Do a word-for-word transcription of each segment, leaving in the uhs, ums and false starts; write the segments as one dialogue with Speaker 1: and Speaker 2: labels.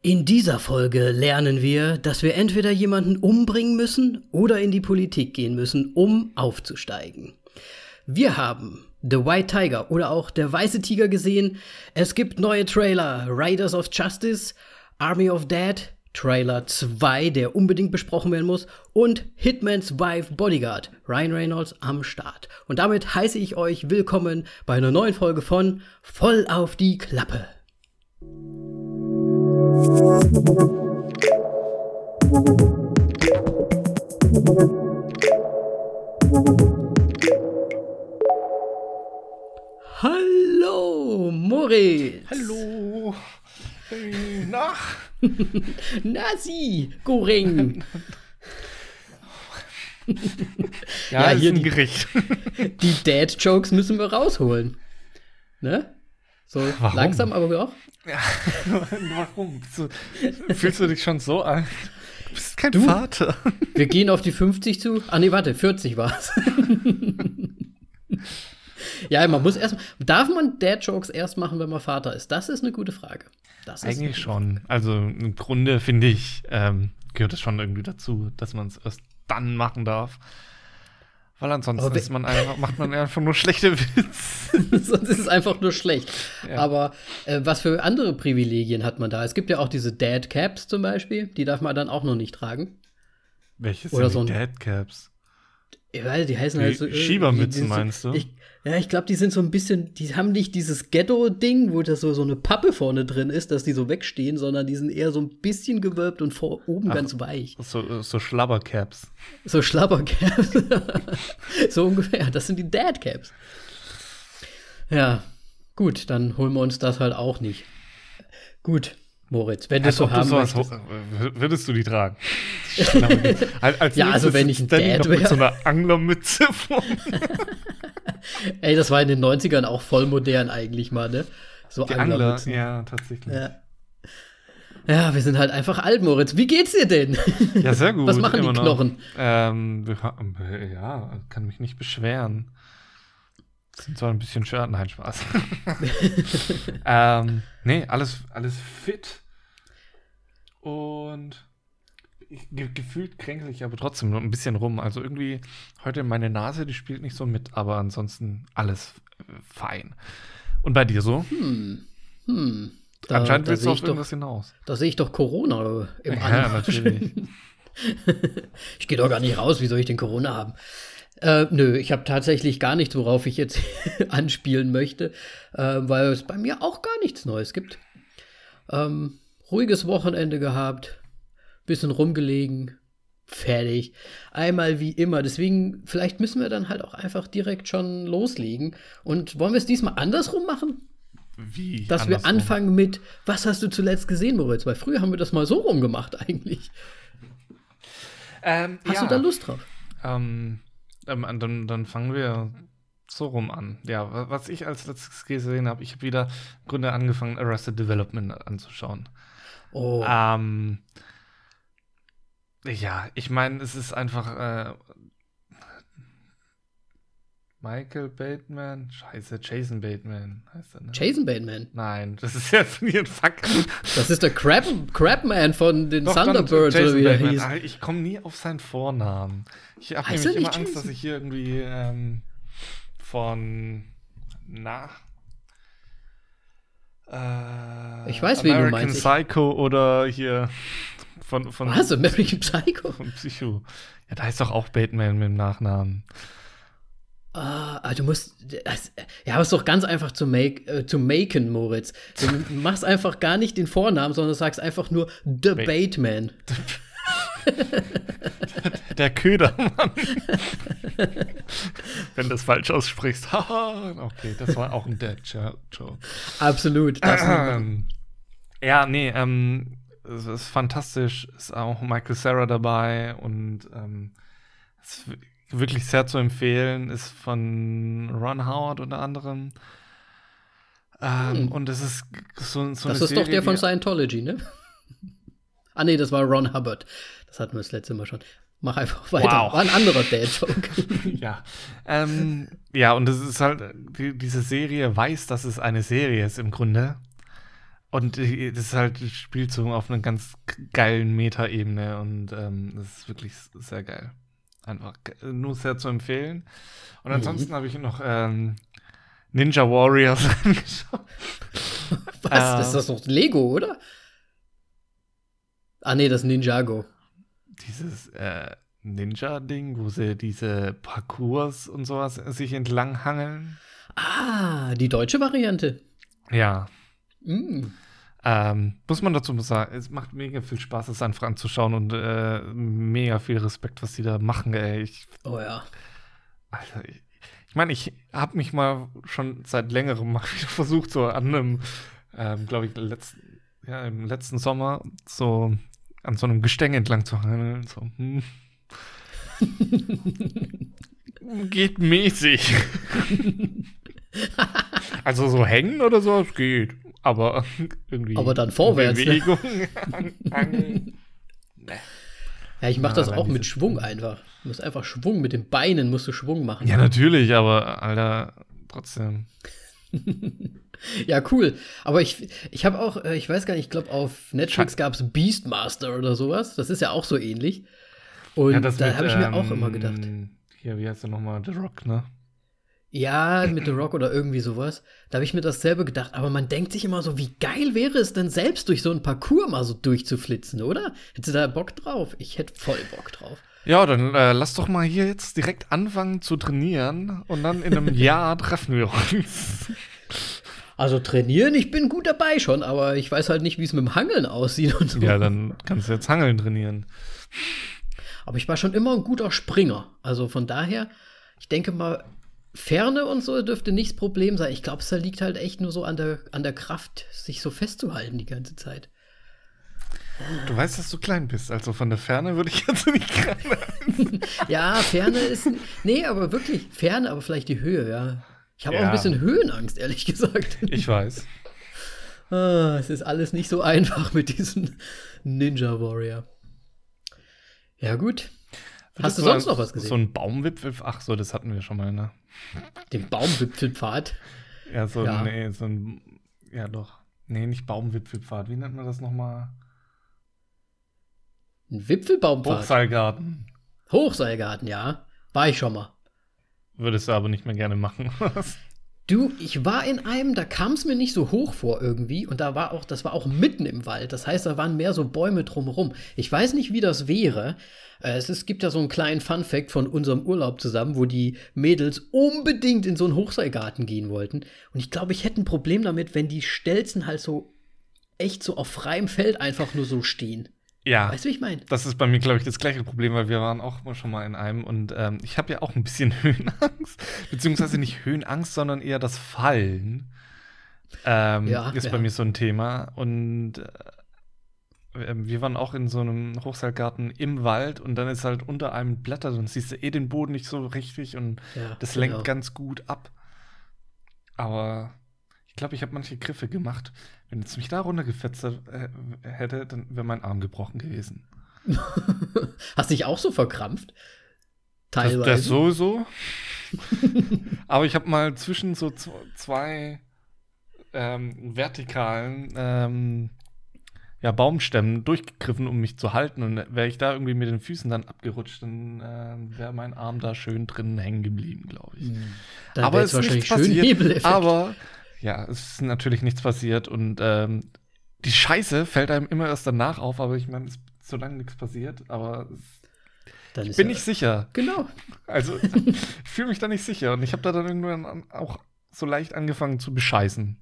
Speaker 1: In dieser Folge lernen wir, dass wir entweder jemanden umbringen müssen oder in die Politik gehen müssen, um aufzusteigen. Wir haben The White Tiger oder auch Der Weiße Tiger gesehen. Es gibt neue Trailer, Riders of Justice, Army of Dead, Trailer zwei, der unbedingt besprochen werden muss, und Hitman's Wife Bodyguard, Ryan Reynolds am Start. Und damit heiße ich euch willkommen bei einer neuen Folge von Voll auf die Klappe. Hallo, Moritz.
Speaker 2: Hallo. Hey, na?
Speaker 1: Na sie, Goring.
Speaker 2: Ja,
Speaker 1: Ja,
Speaker 2: ist
Speaker 1: hier
Speaker 2: ein
Speaker 1: die-
Speaker 2: Gericht.
Speaker 1: Die Dad-Jokes müssen wir rausholen. Ne? So
Speaker 2: Warum?
Speaker 1: langsam, aber auch.
Speaker 2: Ja, warum? Bist du, fühlst du dich schon so alt? Du bist kein
Speaker 1: Du?
Speaker 2: Vater.
Speaker 1: Wir gehen auf die fünfzig zu. Ah, nee, warte, vierzig war's. Ja, man muss erst. Darf man Dad-Jokes erst machen, wenn man Vater ist? Das ist eine gute Frage. Das ist eine
Speaker 2: Eigentlich
Speaker 1: gute
Speaker 2: schon. Also im Grunde finde ich, ähm, gehört es schon irgendwie dazu, dass man es erst dann machen darf. Weil ansonsten
Speaker 1: Aber we-
Speaker 2: ist man einfach, macht man einfach nur schlechte Witze.
Speaker 1: Sonst ist es einfach nur schlecht.
Speaker 2: Ja.
Speaker 1: Aber äh, was für andere Privilegien hat man da? Es gibt ja auch diese Dad Caps zum Beispiel. Die darf man dann auch noch nicht tragen.
Speaker 2: Welche
Speaker 1: Oder
Speaker 2: sind
Speaker 1: so
Speaker 2: die
Speaker 1: ein-
Speaker 2: Dadcaps?
Speaker 1: Ich weiß, die heißen
Speaker 2: Die
Speaker 1: halt so. äh,
Speaker 2: Schiebermützen,
Speaker 1: die sind so,
Speaker 2: meinst du?
Speaker 1: Ich, ja, ich glaube, die sind so ein bisschen. Die haben nicht dieses Ghetto-Ding, wo das so, so eine Pappe vorne drin ist, dass die so wegstehen, sondern die sind eher so ein bisschen gewölbt und vor oben
Speaker 2: Ach.
Speaker 1: ganz weich.
Speaker 2: So, so Schlabbercaps.
Speaker 1: So Schlabbercaps. So ungefähr. Das sind die Dad-Caps. Ja, gut, dann holen wir uns das halt auch nicht. Gut, Moritz, wenn du es
Speaker 2: Als
Speaker 1: so
Speaker 2: ob du
Speaker 1: haben
Speaker 2: sowas
Speaker 1: möchtest.
Speaker 2: ho- w- würdest du die tragen? als, als
Speaker 1: Ja, also
Speaker 2: würdest du
Speaker 1: wenn ich ein
Speaker 2: Stanley
Speaker 1: Dad
Speaker 2: noch mit
Speaker 1: wär.
Speaker 2: so einer Anglermütze vor.
Speaker 1: Ey, das war in den neunzigern auch voll modern eigentlich mal, ne? So
Speaker 2: Die Angler,
Speaker 1: Anglermützen.
Speaker 2: ja, tatsächlich.
Speaker 1: Ja. Ja, wir sind halt einfach alt, Moritz. Wie geht's dir denn?
Speaker 2: Ja, sehr gut.
Speaker 1: Was machen die
Speaker 2: immer noch.
Speaker 1: Knochen?
Speaker 2: Ähm, wir ha- ja, kann mich nicht beschweren. Sind zwar ein bisschen schwer, nein, Spaß. ähm, nee, alles, alles fit. Und ich, ge gefühlt kränkel ich aber trotzdem noch ein bisschen rum. Also irgendwie heute meine Nase, die spielt nicht so mit, aber ansonsten alles äh, fein. Und bei dir so?
Speaker 1: Hm. Hm. Da,
Speaker 2: Anscheinend
Speaker 1: da
Speaker 2: willst du
Speaker 1: sehe
Speaker 2: auf
Speaker 1: ich doch,
Speaker 2: irgendwas hinaus.
Speaker 1: da sehe ich doch Corona im
Speaker 2: Ja,
Speaker 1: Anmarsch.
Speaker 2: natürlich.
Speaker 1: Ich gehe doch gar nicht raus, wie soll ich denn Corona haben? Äh, nö, ich habe tatsächlich gar nichts, worauf ich jetzt anspielen möchte, äh, weil es bei mir auch gar nichts Neues gibt. Ähm, ruhiges Wochenende gehabt, bisschen rumgelegen, fertig. Einmal wie immer. Deswegen, vielleicht müssen wir dann halt auch einfach direkt schon loslegen. Und wollen wir es diesmal andersrum machen?
Speaker 2: Wie?
Speaker 1: Dass wir
Speaker 2: andersrum?
Speaker 1: anfangen mit, was hast du zuletzt gesehen, Moritz? Weil früher haben wir das mal so rum gemacht eigentlich.
Speaker 2: Ähm,
Speaker 1: Hast
Speaker 2: ja.
Speaker 1: du da Lust drauf?
Speaker 2: Ähm, ähm, dann, dann fangen wir so rum an. Ja, wa- was ich als letztes gesehen habe, ich habe wieder im Grunde angefangen, Arrested Development anzuschauen.
Speaker 1: Oh,
Speaker 2: Ähm, ja, ich meine, es ist einfach äh, Michael Bateman, scheiße, Jason Bateman heißt er, ne?
Speaker 1: Jason Bateman.
Speaker 2: Nein, das ist jetzt nie ein Fakt.
Speaker 1: Das ist der Crab, Crabman von den
Speaker 2: Doch, dann
Speaker 1: Thunderbirds, oder
Speaker 2: Jason
Speaker 1: wie er
Speaker 2: Bateman.
Speaker 1: hieß.
Speaker 2: Ah, ich komme nie auf seinen Vornamen. Ich habe
Speaker 1: Heißt
Speaker 2: nämlich
Speaker 1: er
Speaker 2: immer
Speaker 1: nicht
Speaker 2: Angst,
Speaker 1: Jason?
Speaker 2: dass ich hier irgendwie ähm, von na äh,
Speaker 1: Ich weiß, wen du
Speaker 2: American
Speaker 1: meinst. Ich-
Speaker 2: Psycho oder hier von von,
Speaker 1: Was? American Psycho?
Speaker 2: von Psycho. Ja, da ist doch auch Bateman mit dem Nachnamen.
Speaker 1: Ah, ah, du musst. Das, ja, aber ist doch ganz einfach zu, make, äh, zu maken, Moritz. Du machst einfach gar nicht den Vornamen, sondern sagst einfach nur The
Speaker 2: Ba-
Speaker 1: Bateman.
Speaker 2: Der Ködermann. Wenn du das falsch aussprichst. Haha, okay, das war auch ein Dad-Joke.
Speaker 1: Absolut. Das
Speaker 2: Ähm, ja, nee, ähm, es ist fantastisch. Ist auch Michael Cera dabei und ähm, es ist wirklich sehr zu empfehlen. Ist von Ron Howard unter anderem. Ähm,
Speaker 1: Hm.
Speaker 2: Und es ist so, so
Speaker 1: das
Speaker 2: eine
Speaker 1: ist doch
Speaker 2: Serie,
Speaker 1: der von
Speaker 2: die-
Speaker 1: Scientology, ne? Ah, nee, das war Ron Hubbard. Das hatten wir das letzte Mal schon. Mach einfach weiter.
Speaker 2: Wow.
Speaker 1: War ein anderer Dad-Joke.
Speaker 2: Ja. Ähm, ja, und es ist halt, die, diese Serie weiß, dass es eine Serie ist im Grunde. Und äh, das ist halt, spielt so auf einer ganz geilen Meta-Ebene und ähm, das ist wirklich sehr geil. Einfach ge- nur sehr zu empfehlen. Und ansonsten
Speaker 1: Mhm.
Speaker 2: habe ich noch ähm, Ninja Warriors angeschaut.
Speaker 1: Was?
Speaker 2: Äh,
Speaker 1: Das ist das doch Lego, oder? Ah, nee, das ist Ninjago.
Speaker 2: Dieses äh, Ninja-Ding, wo sie diese Parcours und sowas sich entlang hangeln.
Speaker 1: Ah, die deutsche Variante.
Speaker 2: Ja.
Speaker 1: Mm.
Speaker 2: Ähm, muss man dazu sagen, es macht mega viel Spaß, es einfach anzuschauen und äh, mega viel Respekt, was die da machen, ey. Ich,
Speaker 1: Oh ja.
Speaker 2: Alter, ich, ich meine, ich habe mich mal schon seit längerem mal wieder versucht, so an einem, ähm, glaube ich, letzten, ja, im letzten Sommer so an so einem Gestänge entlang zu hangeln. So, hm. Geht mäßig. Also so hängen oder so, es geht. Aber irgendwie.
Speaker 1: Aber dann vorwärts, ne?
Speaker 2: Bewegung. Angeln. Nee.
Speaker 1: Ja, ich mach
Speaker 2: Ja,
Speaker 1: das
Speaker 2: allein
Speaker 1: auch mit
Speaker 2: diese-
Speaker 1: Schwung einfach. Du musst einfach Schwung, mit den Beinen musst du Schwung machen.
Speaker 2: Ja, natürlich, aber Alter, trotzdem.
Speaker 1: Ja, cool. Aber ich, ich habe auch, äh, ich weiß gar nicht, ich glaube, auf Netflix gab es Beastmaster oder sowas. Das ist ja auch so ähnlich. Und
Speaker 2: Ja, das
Speaker 1: da
Speaker 2: mit,
Speaker 1: habe ich mir auch
Speaker 2: ähm,
Speaker 1: immer gedacht.
Speaker 2: Hier, wie heißt der nochmal? The Rock, ne?
Speaker 1: Ja, mit The Rock oder irgendwie sowas. Da habe ich mir dasselbe gedacht. Aber man denkt sich immer so, wie geil wäre es denn selbst durch so einen Parcours mal so durchzuflitzen, oder? Hättest du da Bock drauf? Ich hätte voll Bock drauf.
Speaker 2: Ja, dann äh, lass doch mal hier jetzt direkt anfangen zu trainieren und dann in einem Jahr treffen wir uns.
Speaker 1: Also trainieren, ich bin gut dabei schon, aber ich weiß halt nicht, wie es mit dem Hangeln aussieht und so.
Speaker 2: Ja, dann kannst du jetzt Hangeln trainieren.
Speaker 1: Aber ich war schon immer ein guter Springer. Also von daher, ich denke mal, Ferne und so dürfte nicht das Problem sein. Ich glaube, es liegt halt echt nur so an der, an der Kraft, sich so festzuhalten die ganze Zeit.
Speaker 2: Du weißt, dass du klein bist, also von der Ferne würde ich jetzt nicht gerade.
Speaker 1: Ja, Ferne ist. Nee, aber wirklich, Ferne, aber vielleicht die Höhe, ja. Ich habe auch
Speaker 2: Ja.
Speaker 1: ein bisschen Höhenangst, ehrlich gesagt.
Speaker 2: Ich weiß.
Speaker 1: Ah, es ist alles nicht so einfach mit diesem Ninja Warrior. Ja, gut. Hast du
Speaker 2: So
Speaker 1: sonst
Speaker 2: ein-
Speaker 1: noch was gesehen?
Speaker 2: So ein Baumwipfel? Ach so, das hatten wir schon mal, ne?
Speaker 1: Den Baumwipfelpfad.
Speaker 2: Ja, so,
Speaker 1: Ja.
Speaker 2: nee, so ein, ja doch. Nee, nicht Baumwipfelpfad. Wie nennt man das nochmal?
Speaker 1: Ein Wipfelbaumpfad.
Speaker 2: Hochseilgarten.
Speaker 1: Hochseilgarten, ja. War ich schon mal.
Speaker 2: Würdest du aber nicht mehr gerne machen.
Speaker 1: Du, ich war in einem, da kam es mir nicht so hoch vor irgendwie. Und da war auch, das war auch mitten im Wald. Das heißt, da waren mehr so Bäume drumherum. Ich weiß nicht, wie das wäre. Äh, Es, ist, gibt ja so einen kleinen Fun-Fact von unserem Urlaub zusammen, wo die Mädels unbedingt in so einen Hochseilgarten gehen wollten. Und ich glaube, ich hätte ein Problem damit, wenn die Stelzen halt so echt so auf freiem Feld einfach nur so stehen.
Speaker 2: Ja.
Speaker 1: Weißt du, wie ich meine?
Speaker 2: Das ist bei mir, glaube ich, das gleiche Problem, weil wir waren auch mal schon mal in einem und ähm, ich habe ja auch ein bisschen Höhenangst, beziehungsweise nicht Höhenangst, sondern eher das Fallen ähm,
Speaker 1: Ja,
Speaker 2: ist
Speaker 1: ja.
Speaker 2: bei mir so ein Thema und äh, wir waren auch in so einem Hochseilgarten im Wald und dann ist halt unter einem Blätter, sonst siehst du eh den Boden nicht so richtig und
Speaker 1: Ja,
Speaker 2: das
Speaker 1: genau.
Speaker 2: lenkt ganz gut ab. Aber ich glaube, ich habe manche Griffe gemacht. Wenn jetzt mich da runtergefetzt äh, hätte, dann wäre mein Arm gebrochen gewesen.
Speaker 1: Hast dich auch so verkrampft?
Speaker 2: Das,
Speaker 1: Teilweise.
Speaker 2: das sowieso. Aber ich habe mal zwischen so z- zwei ähm, vertikalen ähm, ja, Baumstämmen durchgegriffen, um mich zu halten. Und wäre ich da irgendwie mit den Füßen dann abgerutscht, dann ähm, wäre mein Arm da schön drin hängen geblieben, glaube ich.
Speaker 1: Dann
Speaker 2: Aber
Speaker 1: wäre
Speaker 2: es
Speaker 1: jetzt
Speaker 2: ist
Speaker 1: wahrscheinlich
Speaker 2: nichts
Speaker 1: schön
Speaker 2: passiert.
Speaker 1: Hebeleffekt.
Speaker 2: Aber ja, es ist natürlich nichts passiert. Und ähm, die Scheiße fällt einem immer erst danach auf. Aber ich meine, es ist so lange nichts passiert. Aber es,
Speaker 1: Dann
Speaker 2: ich
Speaker 1: ist
Speaker 2: bin
Speaker 1: ja-
Speaker 2: nicht sicher.
Speaker 1: Genau.
Speaker 2: Also, ich fühle mich da nicht sicher. Und ich habe da dann irgendwann an- auch so leicht angefangen zu bescheißen.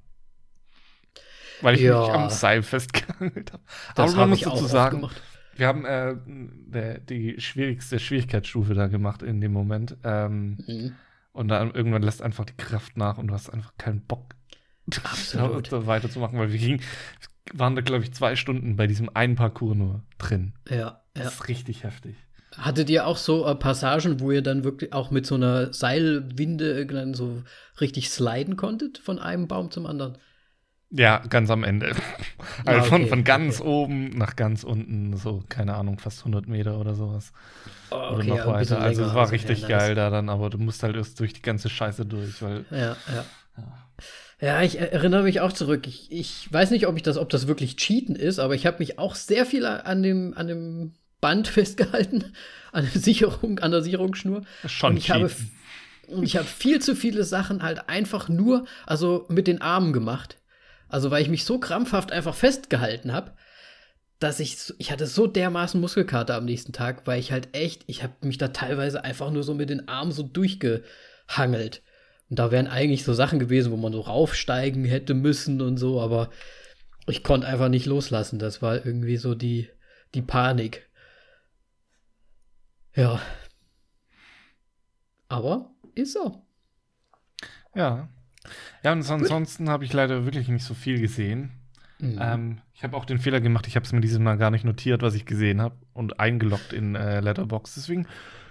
Speaker 2: Weil ich
Speaker 1: Ja.
Speaker 2: mich am Seil festgehangelt habe.
Speaker 1: Das
Speaker 2: Aber man
Speaker 1: habe
Speaker 2: muss
Speaker 1: ich auch
Speaker 2: dazu
Speaker 1: oft
Speaker 2: sagen,
Speaker 1: gemacht.
Speaker 2: wir haben äh, der, die schwierigste Schwierigkeitsstufe da gemacht in dem Moment. Ähm,
Speaker 1: Mhm.
Speaker 2: und dann irgendwann lässt einfach die Kraft nach und du hast einfach keinen Bock,
Speaker 1: Absolut.
Speaker 2: da weiterzumachen. Weil wir gingen, waren da, glaube ich, zwei Stunden bei diesem einen Parcours nur drin.
Speaker 1: Ja,
Speaker 2: Das
Speaker 1: ja.
Speaker 2: ist richtig heftig.
Speaker 1: Hattet ihr auch so äh, Passagen, wo ihr dann wirklich auch mit so einer Seilwinde dann so richtig sliden konntet von einem Baum zum anderen?
Speaker 2: Ja, ganz am Ende.
Speaker 1: Ah,
Speaker 2: Also von,
Speaker 1: okay,
Speaker 2: von ganz
Speaker 1: okay.
Speaker 2: oben nach ganz unten, so, keine Ahnung, fast hundert Meter oder sowas.
Speaker 1: Oh,
Speaker 2: Oder
Speaker 1: okay,
Speaker 2: noch
Speaker 1: ja, ein bisschen
Speaker 2: weiter. Also
Speaker 1: länger,
Speaker 2: es war
Speaker 1: also,
Speaker 2: richtig
Speaker 1: ja,
Speaker 2: geil
Speaker 1: nice.
Speaker 2: da dann, aber du musst halt erst durch die ganze Scheiße durch, weil
Speaker 1: Ja, ja. Ja, ich erinnere mich auch zurück. Ich, ich weiß nicht, ob ich das, ob das wirklich Cheaten ist, aber ich habe mich auch sehr viel an dem, an dem Band festgehalten, an der Sicherung, an der Sicherungsschnur.
Speaker 2: Schon
Speaker 1: und ich
Speaker 2: cheaten.
Speaker 1: habe Und ich habe viel zu viele Sachen halt einfach nur, also mit den Armen gemacht. Also weil ich mich so krampfhaft einfach festgehalten habe, dass ich, ich hatte so dermaßen Muskelkater am nächsten Tag, weil ich halt echt, ich habe mich da teilweise einfach nur so mit den Armen so durchgehangelt. Und da wären eigentlich so Sachen gewesen, wo man so raufsteigen hätte müssen und so, aber ich konnte einfach nicht loslassen. Das war irgendwie so die, die Panik. Ja. Aber ist so.
Speaker 2: Ja. Ja, und ansonsten habe ich leider wirklich nicht so viel gesehen. Mhm. Ähm, ich habe auch den Fehler gemacht, ich habe es mir dieses Mal gar nicht notiert, was ich gesehen habe und eingeloggt in äh, Letterboxd. Deswegen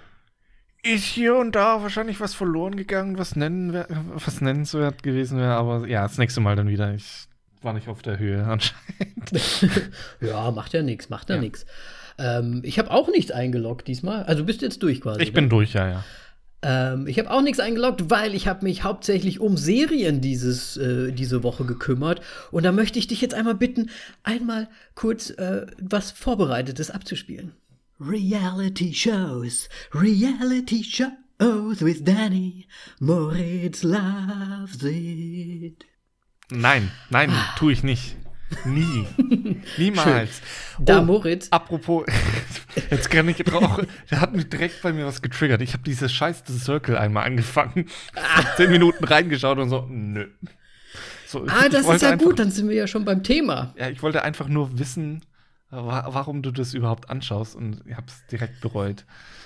Speaker 2: ist hier und da wahrscheinlich was verloren gegangen, was, nennen wär, was nennenswert gewesen wäre. Aber ja, das nächste Mal dann wieder. Ich war nicht auf der Höhe anscheinend.
Speaker 1: Ja, macht ja nichts, macht ja, ja. nichts. Ähm, ich habe auch nichts eingeloggt diesmal. Also bist du jetzt durch quasi?
Speaker 2: Ich bin
Speaker 1: oder?
Speaker 2: durch, ja, ja.
Speaker 1: Ähm, ich habe auch nichts eingeloggt, weil ich habe mich hauptsächlich um Serien dieses, äh, diese Woche gekümmert. Und da möchte ich dich jetzt einmal bitten, einmal kurz äh, was Vorbereitetes abzuspielen. Reality Shows, Reality Shows with Danny. Moritz loves it.
Speaker 2: Nein, nein, ah. tue ich nicht. Nie. Niemals.
Speaker 1: Da
Speaker 2: oh,
Speaker 1: Moritz.
Speaker 2: Apropos, jetzt kann ich drauf. Der hat mich direkt bei mir was getriggert. Ich habe dieses scheiß The Circle einmal angefangen. Ah. Zehn Minuten reingeschaut und so, nö. So,
Speaker 1: ah,
Speaker 2: ich,
Speaker 1: das
Speaker 2: ich
Speaker 1: ist ja
Speaker 2: einfach,
Speaker 1: gut, dann sind wir ja schon beim Thema.
Speaker 2: Ja, ich wollte einfach nur wissen, warum du das überhaupt anschaust und ich habe es direkt bereut.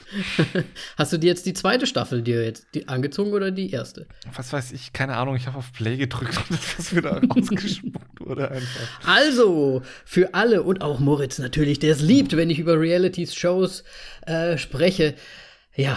Speaker 1: Hast du dir jetzt die zweite Staffel dir jetzt die angezogen oder die erste?
Speaker 2: Was weiß ich, keine Ahnung, ich habe auf Play gedrückt und das, was wieder rausgespuckt wurde einfach.
Speaker 1: Also, für alle und auch Moritz natürlich, der es liebt, wenn ich über Reality-Shows äh, spreche. Ja,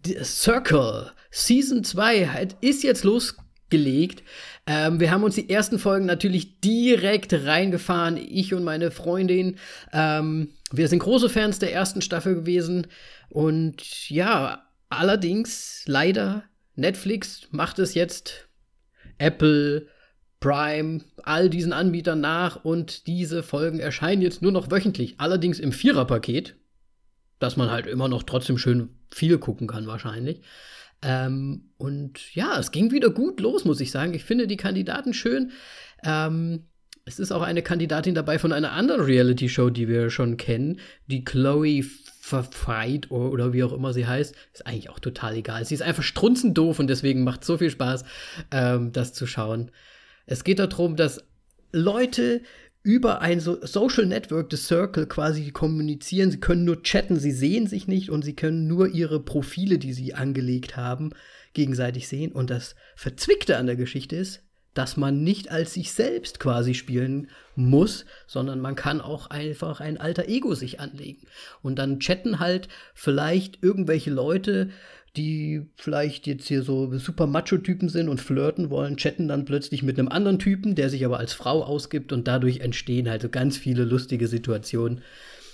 Speaker 1: Circle Season zwei ist jetzt losgelegt. Ähm, wir haben uns die ersten Folgen natürlich direkt reingefahren, ich und meine Freundin. Ähm, wir sind große Fans der ersten Staffel gewesen. Und ja, allerdings, leider, Netflix macht es jetzt, Apple, Prime, all diesen Anbietern nach und diese Folgen erscheinen jetzt nur noch wöchentlich. Allerdings im Viererpaket, dass man halt immer noch trotzdem schön viel gucken kann wahrscheinlich. Ähm, und ja, es ging wieder gut los, muss ich sagen. Ich finde die Kandidaten schön. Ähm, es ist auch eine Kandidatin dabei von einer anderen Reality-Show, die wir schon kennen, die Chloe Fight oder wie auch immer sie heißt. Ist eigentlich auch total egal. Sie ist einfach strunzend doof und deswegen macht es so viel Spaß, ähm, das zu schauen. Es geht darum, dass Leute über ein so Social Network, The Circle, quasi kommunizieren. Sie können nur chatten, sie sehen sich nicht und sie können nur ihre Profile, die sie angelegt haben, gegenseitig sehen. Und das Verzwickte an der Geschichte ist, dass man nicht als sich selbst quasi spielen muss, sondern man kann auch einfach ein alter Ego sich anlegen. Und dann chatten halt vielleicht irgendwelche Leute, die vielleicht jetzt hier so super Macho-Typen sind und flirten wollen, chatten dann plötzlich mit einem anderen Typen, der sich aber als Frau ausgibt und dadurch entstehen halt so ganz viele lustige Situationen.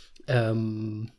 Speaker 1: Ähm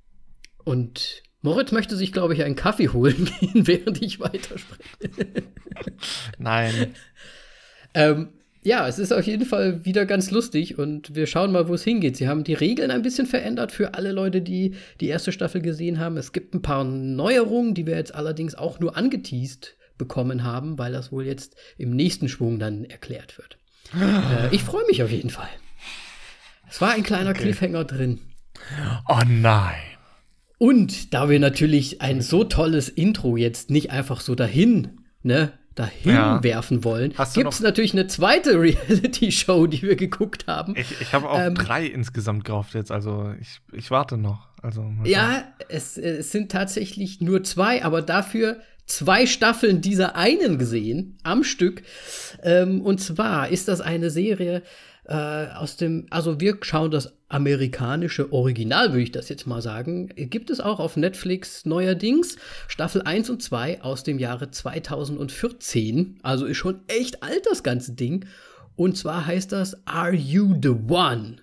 Speaker 1: und Moritz möchte sich, glaube ich, einen Kaffee holen gehen, während ich weiterspreche.
Speaker 2: Nein.
Speaker 1: ähm, ja, es ist auf jeden Fall wieder ganz lustig und wir schauen mal, wo es hingeht. Sie haben die Regeln ein bisschen verändert für alle Leute, die die erste Staffel gesehen haben. Es gibt ein paar Neuerungen, die wir jetzt allerdings auch nur angeteast bekommen haben, weil das wohl jetzt im nächsten Schwung dann erklärt wird. äh, ich freue mich auf jeden Fall. Es war ein kleiner okay. Cliffhanger drin.
Speaker 2: Oh nein.
Speaker 1: Und da wir natürlich ein so tolles Intro jetzt nicht einfach so dahin, ne, dahin ja. werfen wollen, gibt es natürlich eine zweite Reality-Show, die wir geguckt haben.
Speaker 2: Ich, ich habe auch ähm, drei insgesamt gekauft jetzt, also ich, ich warte noch. Also,
Speaker 1: ja, es, es sind tatsächlich nur zwei, aber dafür zwei Staffeln dieser einen gesehen, am Stück. Ähm, und zwar ist das eine Serie äh, aus dem, also wir schauen das amerikanische Original, würde ich das jetzt mal sagen. Gibt es auch auf Netflix neuerdings. Staffel eins und zwei aus dem Jahre zweitausendvierzehn. Also ist schon echt alt, das ganze Ding. Und zwar heißt das Are You the One?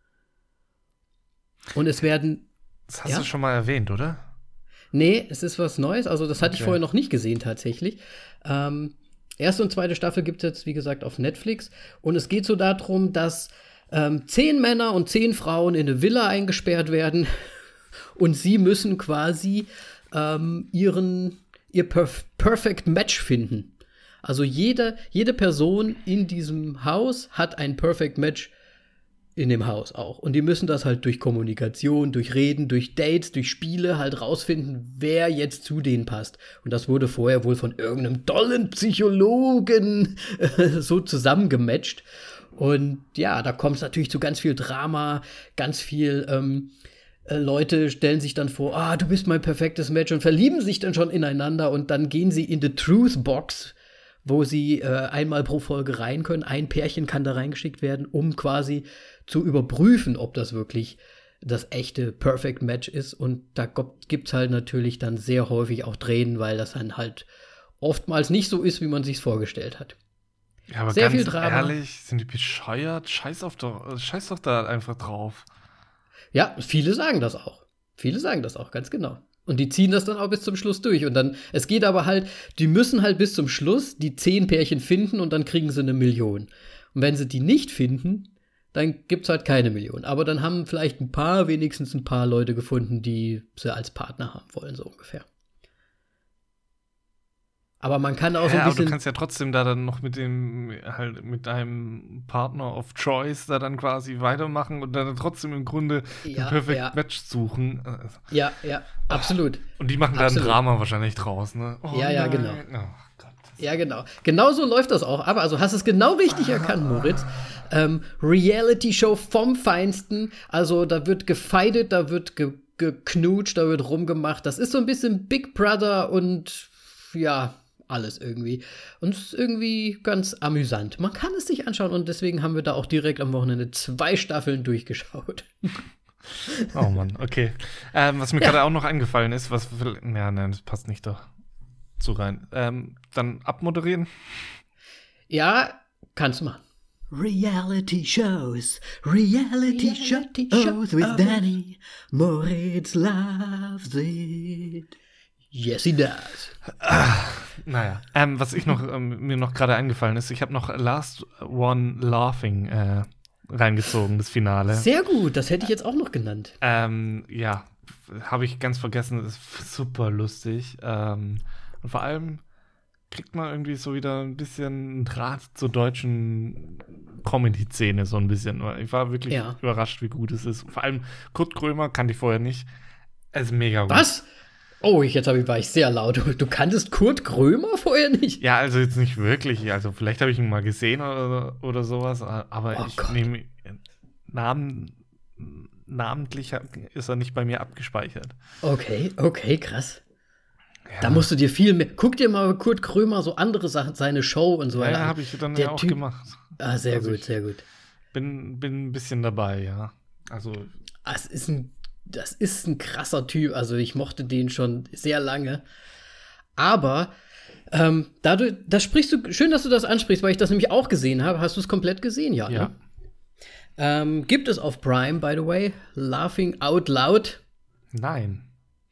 Speaker 1: Und es werden
Speaker 2: Das hast
Speaker 1: ja?
Speaker 2: du schon mal erwähnt, oder?
Speaker 1: Nee, es ist was Neues. Also das hatte okay. ich vorher noch nicht gesehen tatsächlich. Ähm, Erste und zweite Staffel gibt es jetzt, wie gesagt, auf Netflix. Und es geht so darum, dass ähm, zehn Männer und zehn Frauen in eine Villa eingesperrt werden. Und sie müssen quasi ähm, ihren, ihr Perf- Perfect Match finden. Also jede, jede Person in diesem Haus hat ein Perfect Match in dem Haus auch. Und die müssen das halt durch Kommunikation, durch Reden, durch Dates, durch Spiele halt rausfinden, wer jetzt zu denen passt. Und das wurde vorher wohl von irgendeinem tollen Psychologen äh, so zusammengematcht. Und ja, da kommt es natürlich zu ganz viel Drama, ganz viel ähm, äh, Leute stellen sich dann vor, ah, du bist mein perfektes Match und verlieben sich dann schon ineinander und dann gehen sie in the Truth Box, wo sie äh, einmal pro Folge rein können. Ein Pärchen kann da reingeschickt werden, um quasi zu überprüfen, ob das wirklich das echte Perfect Match ist. Und da gibt es halt natürlich dann sehr häufig auch Tränen, weil das dann halt oftmals nicht so ist, wie man sich vorgestellt hat.
Speaker 2: Ja, aber
Speaker 1: sehr
Speaker 2: ganz
Speaker 1: viel Drama.
Speaker 2: ehrlich, sind die bescheuert? Scheiß, auf doch, scheiß doch da einfach drauf.
Speaker 1: Ja, viele sagen das auch. Viele sagen das auch, ganz genau. Und die ziehen das dann auch bis zum Schluss durch. Und dann, es geht aber halt, die müssen halt bis zum Schluss die zehn Pärchen finden und dann kriegen sie eine Million. Und wenn sie die nicht finden, dann gibt's halt keine Million. Aber dann haben vielleicht ein paar, wenigstens ein paar Leute gefunden, die sie als Partner haben wollen, so ungefähr. Aber man kann auch so ein
Speaker 2: Ja, aber
Speaker 1: bisschen.
Speaker 2: du kannst ja trotzdem da dann noch mit dem, halt mit deinem Partner of Choice da dann quasi weitermachen und dann trotzdem im Grunde
Speaker 1: Ja,
Speaker 2: ein Perfect
Speaker 1: ja.
Speaker 2: Match suchen.
Speaker 1: Ja, ja, absolut.
Speaker 2: Und die machen da ein
Speaker 1: Absolut.
Speaker 2: Drama wahrscheinlich draus, ne? Oh,
Speaker 1: Ja, ja,
Speaker 2: nein.
Speaker 1: genau.
Speaker 2: Oh Gott.
Speaker 1: Ja, genau. Genau so läuft das auch. Aber also hast es genau richtig erkannt, Moritz. Ähm, Reality-Show vom Feinsten. Also da wird gefeitet, da wird ge- geknutscht, da wird rumgemacht. Das ist so ein bisschen Big Brother und ja, alles irgendwie. Und es ist irgendwie ganz amüsant. Man kann es sich anschauen und deswegen haben wir da auch direkt am Wochenende zwei Staffeln durchgeschaut.
Speaker 2: Oh Mann, okay. Ähm, was mir
Speaker 1: Ja.
Speaker 2: gerade auch noch eingefallen ist, was. Ja, nein, das passt nicht doch so rein. Ähm, dann abmoderieren.
Speaker 1: Ja, kannst du machen. Reality Shows, Reality,
Speaker 3: Reality
Speaker 1: Shows with
Speaker 3: shows.
Speaker 1: Danny. Moritz loves it. Yes, he does.
Speaker 2: Naja. Ähm, was ich noch, ähm, mir noch gerade eingefallen ist, ich habe noch Last One Laughing äh, reingezogen, das Finale.
Speaker 1: Sehr gut, das hätte ich jetzt auch noch genannt.
Speaker 2: Ähm, ja, habe ich ganz vergessen, das ist super lustig. Ähm, und vor allem kriegt man irgendwie so wieder ein bisschen einen Draht zur deutschen Comedy-Szene, so ein bisschen. Ich war wirklich
Speaker 1: Ja.
Speaker 2: überrascht, wie gut es ist. Vor allem Kurt Krömer kannte ich vorher nicht. Es ist mega gut.
Speaker 1: Was? Oh, ich, jetzt hab ich, war ich sehr laut. Du, du kanntest Kurt Krömer vorher nicht?
Speaker 2: Ja, also jetzt nicht wirklich. Also vielleicht habe ich ihn mal gesehen oder, oder sowas, aber
Speaker 1: Oh
Speaker 2: ich
Speaker 1: Gott.
Speaker 2: nehme Namen, namentlich ist er nicht bei mir abgespeichert.
Speaker 1: Okay, okay, krass.
Speaker 2: Ja.
Speaker 1: Da musst du dir viel mehr. Guck dir mal Kurt Krömer so andere Sachen, seine Show und so
Speaker 2: Ja,
Speaker 1: weiter
Speaker 2: ja
Speaker 1: an.
Speaker 2: habe ich dann
Speaker 1: Der
Speaker 2: ja auch
Speaker 1: Typ-
Speaker 2: gemacht.
Speaker 1: Ah, sehr
Speaker 2: Also
Speaker 1: gut,
Speaker 2: ich-
Speaker 1: sehr gut.
Speaker 2: Bin, bin ein bisschen dabei, ja. Also,
Speaker 1: Das ist ein, das ist ein krasser Typ. Also ich mochte den schon sehr lange. Aber ähm, dadurch, das sprichst du, schön, dass du das ansprichst, weil ich das nämlich auch gesehen habe. Hast du es komplett gesehen, ja?
Speaker 2: ja.
Speaker 1: Ne? Ähm, gibt es auf Prime, by the way, Laughing Out Loud.
Speaker 2: Nein.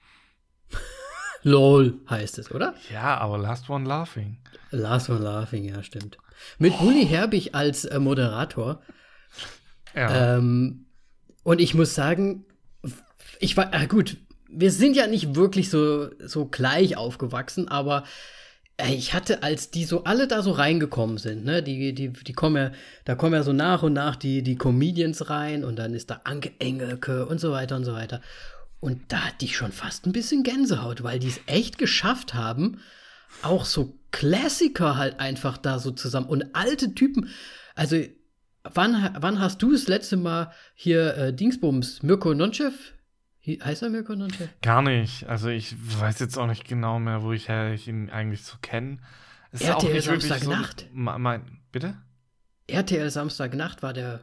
Speaker 1: LOL heißt es, oder?
Speaker 2: Ja, aber Last One Laughing.
Speaker 1: Last One Laughing, ja, stimmt. Mit Bully Herbig als äh, Moderator.
Speaker 2: Ja.
Speaker 1: Ähm, und ich muss sagen, ich war, ah, gut, wir sind ja nicht wirklich so, so gleich aufgewachsen, aber äh, ich hatte, als die so alle da so reingekommen sind, ne, die, die, die kommen ja, da kommen ja so nach und nach die, die Comedians rein und dann ist da Anke Engelke und so weiter und so weiter. Und da hatte ich schon fast ein bisschen Gänsehaut, weil die es echt geschafft haben, auch so Klassiker halt einfach da so zusammen und alte Typen. Also, wann, wann hast du das letzte Mal hier äh, Dingsbums, Mirko Nonchev? Hi- Heißt er Mirko Nonchev?
Speaker 2: Gar nicht. Also ich weiß jetzt auch nicht genau mehr, wo ich, her ich ihn eigentlich so kenne. Es
Speaker 1: R T L Samstagnacht.
Speaker 2: So, ma- mein, bitte?
Speaker 1: R T L Samstagnacht war der.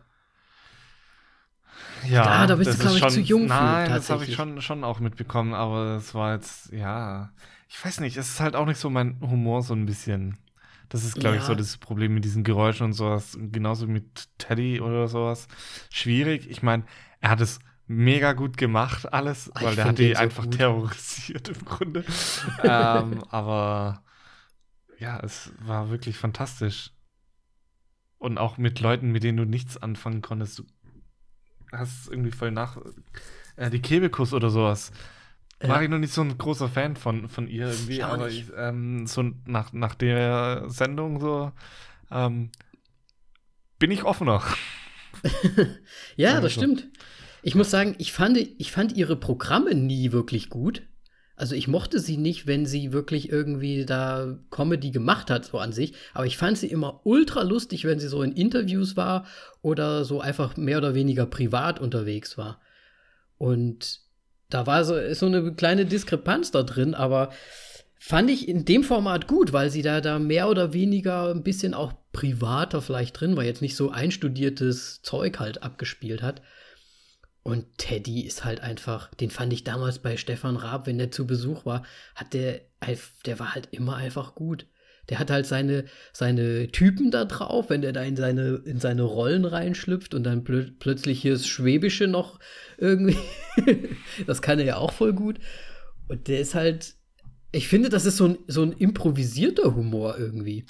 Speaker 2: Ja,
Speaker 1: Ah, da bist
Speaker 2: das
Speaker 1: du, glaub
Speaker 2: ist
Speaker 1: ich,
Speaker 2: schon,
Speaker 1: zu jung für,
Speaker 2: Nein, das habe ich
Speaker 1: tatsächlich.
Speaker 2: schon, schon auch mitbekommen, aber es war jetzt, ja, ich weiß nicht, es ist halt auch nicht so mein Humor so ein bisschen. Das ist, glaube ich,
Speaker 1: Ja.
Speaker 2: so das Problem mit diesen Geräuschen und sowas. Genauso mit Teddy oder sowas. Schwierig. Ich meine, er hat es mega gut gemacht, alles,
Speaker 1: Ah,
Speaker 2: weil
Speaker 1: ich
Speaker 2: der
Speaker 1: find
Speaker 2: hat die
Speaker 1: den so
Speaker 2: einfach
Speaker 1: gut.
Speaker 2: terrorisiert im Grunde. ähm, aber ja, es war wirklich fantastisch. Und auch mit Leuten, mit denen du nichts anfangen konntest. Du hast irgendwie voll nach. Äh, die Kebekus oder sowas. Ja. War ich noch nicht so ein großer Fan von, von ihr irgendwie, ich aber ich, ähm, so nach, nach der Sendung so ähm, bin ich offener.
Speaker 1: Ja, das also. stimmt. Ich muss sagen, ich fand, ich fand ihre Programme nie wirklich gut. Also ich mochte sie nicht, wenn sie wirklich irgendwie da Comedy gemacht hat, so an sich. Aber ich fand sie immer ultra lustig, wenn sie so in Interviews war oder so einfach mehr oder weniger privat unterwegs war. Und da war so, ist so eine kleine Diskrepanz da drin, aber fand ich in dem Format gut, weil sie da, da mehr oder weniger ein bisschen auch privater vielleicht drin war, jetzt nicht so einstudiertes Zeug halt abgespielt hat. Und Teddy ist halt einfach, den fand ich damals bei Stefan Raab, wenn der zu Besuch war, hat der, der war halt immer einfach gut. Der hat halt seine, seine Typen da drauf, wenn der da in seine, in seine Rollen reinschlüpft und dann plö- plötzlich hier das Schwäbische noch irgendwie. Das kann er ja auch voll gut. Und der ist halt, ich finde, das ist so ein, so ein improvisierter Humor irgendwie.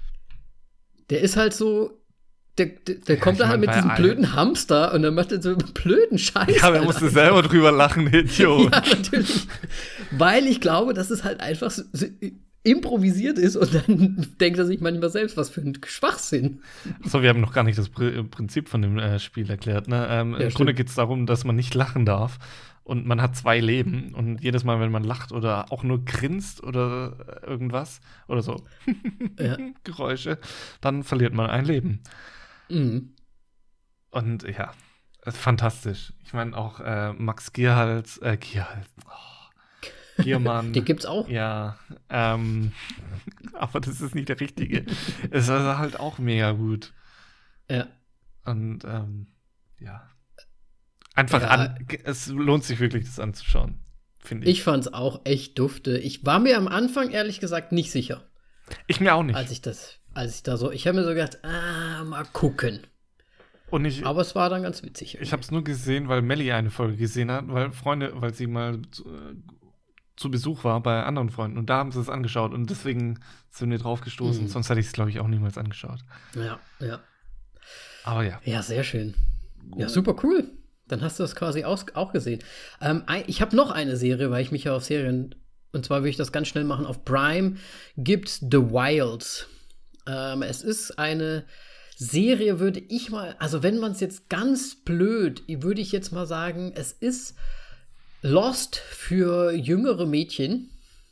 Speaker 1: Der ist halt so, der, der, der ja, kommt da halt mit diesem blöden Hamster und dann macht er so einen blöden Scheiß.
Speaker 2: Ja, aber er musste selber drüber lachen, Idiot.
Speaker 1: Ja, natürlich. Weil ich glaube, dass es halt einfach so, so improvisiert ist und dann denkt er sich manchmal selbst, was für ein Schwachsinn.
Speaker 2: So, wir haben noch gar nicht das Prinzip von dem äh, Spiel erklärt. Ne? Ähm, ja, Im stimmt. Grunde geht es darum, dass man nicht lachen darf und man hat zwei Leben und jedes Mal, wenn man lacht oder auch nur grinst oder irgendwas oder so ja. Geräusche, dann verliert man ein Leben. Mhm. Und ja, fantastisch. Ich meine auch äh, Max Gierhals, äh, Gierhals, oh. Giermann.
Speaker 1: Den gibt's auch.
Speaker 2: Ja, ähm, aber das ist nicht der richtige. Es ist also halt auch mega gut.
Speaker 1: Ja.
Speaker 2: Und ähm, ja. Einfach
Speaker 1: ja.
Speaker 2: an, es lohnt sich wirklich, das anzuschauen, finde ich.
Speaker 1: Ich fand's auch echt dufte. Ich war mir am Anfang, ehrlich gesagt, nicht sicher.
Speaker 2: Ich mir auch nicht.
Speaker 1: Als ich das, als ich da so, ich habe mir so gedacht, ah, mal gucken.
Speaker 2: Und ich,
Speaker 1: aber es war dann ganz witzig.
Speaker 2: Irgendwie. Ich habe es nur gesehen, weil Melli eine Folge gesehen hat, weil Freunde, weil sie mal zu, äh, zu Besuch war bei anderen Freunden und da haben sie es angeschaut und deswegen sind wir drauf gestoßen. Mhm. Sonst hätte ich es, glaube ich, auch niemals angeschaut.
Speaker 1: Ja, ja.
Speaker 2: Aber ja.
Speaker 1: Ja, sehr schön. Ja, super cool. Dann hast du das quasi auch, auch gesehen. Ähm, ich habe noch eine Serie, weil ich mich ja auf Serien, und zwar will ich das ganz schnell machen, auf Prime gibt's The Wilds. Ähm, es ist eine Serie, würde ich mal, also wenn man es jetzt ganz blöd, würde ich jetzt mal sagen, es ist Lost für jüngere Mädchen.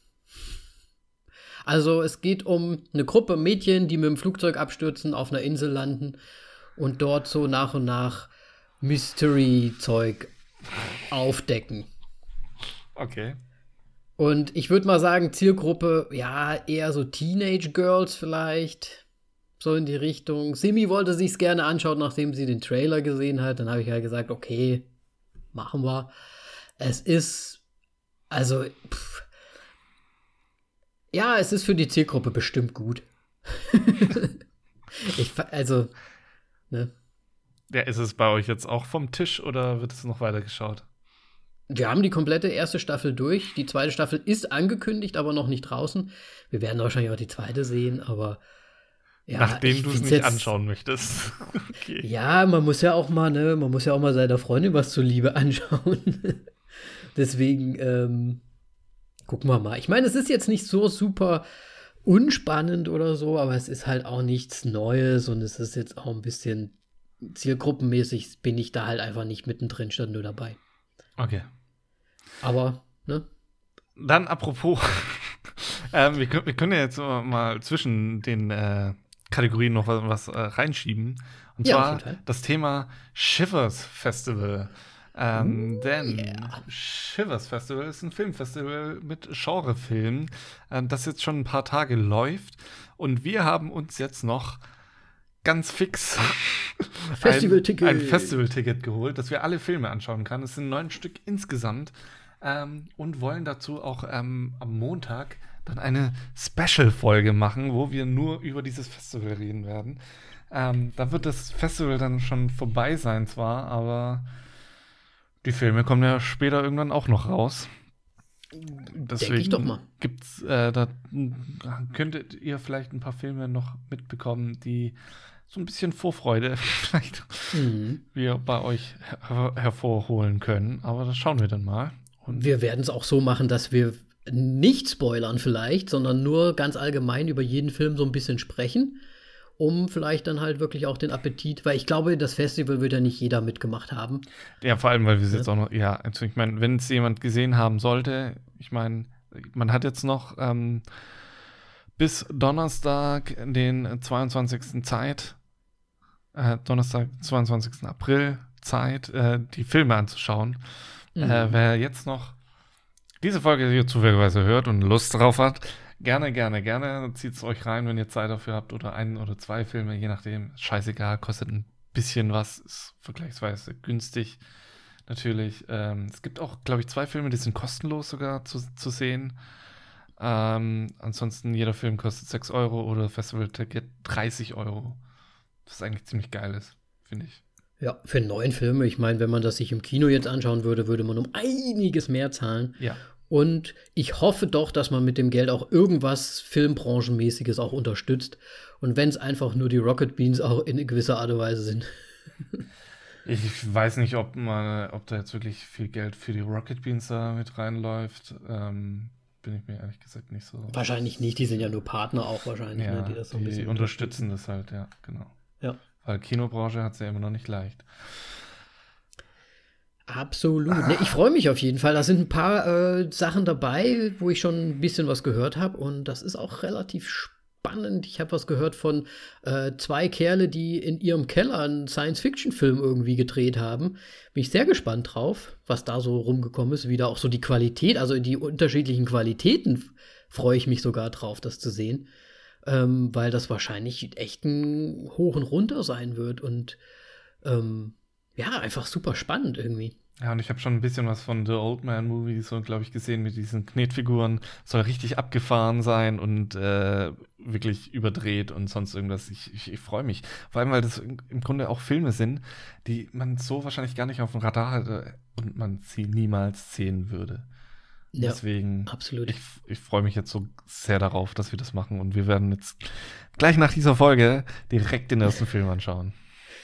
Speaker 1: Also es geht um eine Gruppe Mädchen, die mit dem Flugzeug abstürzen, auf einer Insel landen und dort so nach und nach Mystery-Zeug aufdecken.
Speaker 2: Okay.
Speaker 1: Und ich würde mal sagen, Zielgruppe, ja, eher so Teenage-Girls vielleicht, so in die Richtung. Simi wollte sich's gerne anschauen, nachdem sie den Trailer gesehen hat. Dann habe ich halt gesagt, okay, machen wir. Es ist, also, pff, ja, es ist für die Zielgruppe bestimmt gut. ich, also, ne.
Speaker 2: Ja, ist es bei euch jetzt auch vom Tisch oder wird es noch weiter geschaut?
Speaker 1: Wir haben die komplette erste Staffel durch. Die zweite Staffel ist angekündigt, aber noch nicht draußen. Wir werden wahrscheinlich auch die zweite sehen, aber ja,
Speaker 2: nachdem du es nicht jetzt anschauen möchtest.
Speaker 1: Okay. Ja, man muss ja auch mal, ne, man muss ja auch mal seiner Freundin was zuliebe anschauen. Deswegen, ähm, gucken wir mal. Ich meine, es ist jetzt nicht so super unspannend oder so, aber es ist halt auch nichts Neues und es ist jetzt auch ein bisschen zielgruppenmäßig, bin ich da halt einfach nicht mittendrin, stand nur dabei.
Speaker 2: Okay.
Speaker 1: Aber, ne?
Speaker 2: Dann apropos, ähm, wir, können, wir können ja jetzt mal zwischen den äh, Kategorien noch was, was äh, reinschieben. Und
Speaker 1: ja,
Speaker 2: zwar das Thema Shivers Festival. Ähm, mm, denn yeah. Shivers Festival ist ein Filmfestival mit Genrefilmen, ähm, das jetzt schon ein paar Tage läuft. Und wir haben uns jetzt noch ganz fix
Speaker 1: Festivalticket.
Speaker 2: ein, ein Festivalticket geholt, dass wir alle Filme anschauen können. Es sind neun Stück insgesamt ähm, und wollen dazu auch ähm, am Montag dann eine Special-Folge machen, wo wir nur über dieses Festival reden werden. Ähm, da wird das Festival dann schon vorbei sein zwar, aber die Filme kommen ja später irgendwann auch noch raus.
Speaker 1: Denke ich doch mal.
Speaker 2: Gibt's, äh, da könntet ihr vielleicht ein paar Filme noch mitbekommen, die so ein bisschen Vorfreude vielleicht mhm. wir bei euch her- hervorholen können. Aber das schauen wir dann mal.
Speaker 1: Und wir werden es auch so machen, dass wir nicht spoilern vielleicht, sondern nur ganz allgemein über jeden Film so ein bisschen sprechen, um vielleicht dann halt wirklich auch den Appetit, weil ich glaube, das Festival wird ja nicht jeder mitgemacht haben.
Speaker 2: Ja, vor allem, weil wir es ja. jetzt auch noch, ja, also ich meine, wenn es jemand gesehen haben sollte, ich meine, man hat jetzt noch ähm, bis Donnerstag, den zweiundzwanzigsten Zeit, äh, Donnerstag, zweiundzwanzigsten April Zeit, äh, die Filme anzuschauen. Mhm. Äh, wer jetzt noch diese Folge hier zufälligerweise hört und Lust drauf hat, Gerne, gerne, gerne. Zieht es euch rein, wenn ihr Zeit dafür habt. Oder ein oder zwei Filme, je nachdem. Scheißegal, kostet ein bisschen was. Ist vergleichsweise günstig. Natürlich. Ähm, es gibt auch, glaube ich, zwei Filme, die sind kostenlos sogar zu, zu sehen. Ähm, ansonsten, jeder Film kostet sechs Euro oder Festival-Ticket dreißig Euro. Das eigentlich ziemlich geil ist, finde ich.
Speaker 1: Ja, für neun Filme. Ich meine, wenn man das sich im Kino jetzt anschauen würde, würde man um einiges mehr zahlen.
Speaker 2: Ja.
Speaker 1: Und ich hoffe doch, dass man mit dem Geld auch irgendwas Filmbranchenmäßiges auch unterstützt. Und wenn es einfach nur die Rocket Beans auch in gewisser Art und Weise sind.
Speaker 2: Ich weiß nicht, ob man, ob da jetzt wirklich viel Geld für die Rocket Beans da mit reinläuft. Ähm, bin ich mir ehrlich gesagt nicht so.
Speaker 1: Wahrscheinlich nicht, die sind ja nur Partner auch wahrscheinlich,
Speaker 2: ja,
Speaker 1: ne, die das so ein
Speaker 2: die
Speaker 1: bisschen
Speaker 2: unterstützen das halt, ja, genau.
Speaker 1: Ja.
Speaker 2: Weil Kinobranche hat es ja immer noch nicht leicht.
Speaker 1: Absolut. Ne, ich freue mich auf jeden Fall. Da sind ein paar äh, Sachen dabei, wo ich schon ein bisschen was gehört habe. Und das ist auch relativ spannend. Ich habe was gehört von äh, zwei Kerle, die in ihrem Keller einen Science-Fiction-Film irgendwie gedreht haben. Bin ich sehr gespannt drauf, was da so rumgekommen ist. Wieder auch so die Qualität, also die unterschiedlichen Qualitäten freue ich mich sogar drauf, das zu sehen. Ähm, weil das wahrscheinlich echt ein Hoch und Runter sein wird. Und ähm, ja, einfach super spannend irgendwie.
Speaker 2: Ja, und ich habe schon ein bisschen was von The Old Man Movie, so glaube ich, gesehen mit diesen Knetfiguren. Soll richtig abgefahren sein und äh, wirklich überdreht und sonst irgendwas. Ich, ich, ich freue mich. Vor allem, weil das im Grunde auch Filme sind, die man so wahrscheinlich gar nicht auf dem Radar hatte und man sie niemals sehen würde. Ja, deswegen,
Speaker 1: absolut.
Speaker 2: ich, ich freue mich jetzt so sehr darauf, dass wir das machen. Und wir werden jetzt gleich nach dieser Folge direkt den ersten Film anschauen.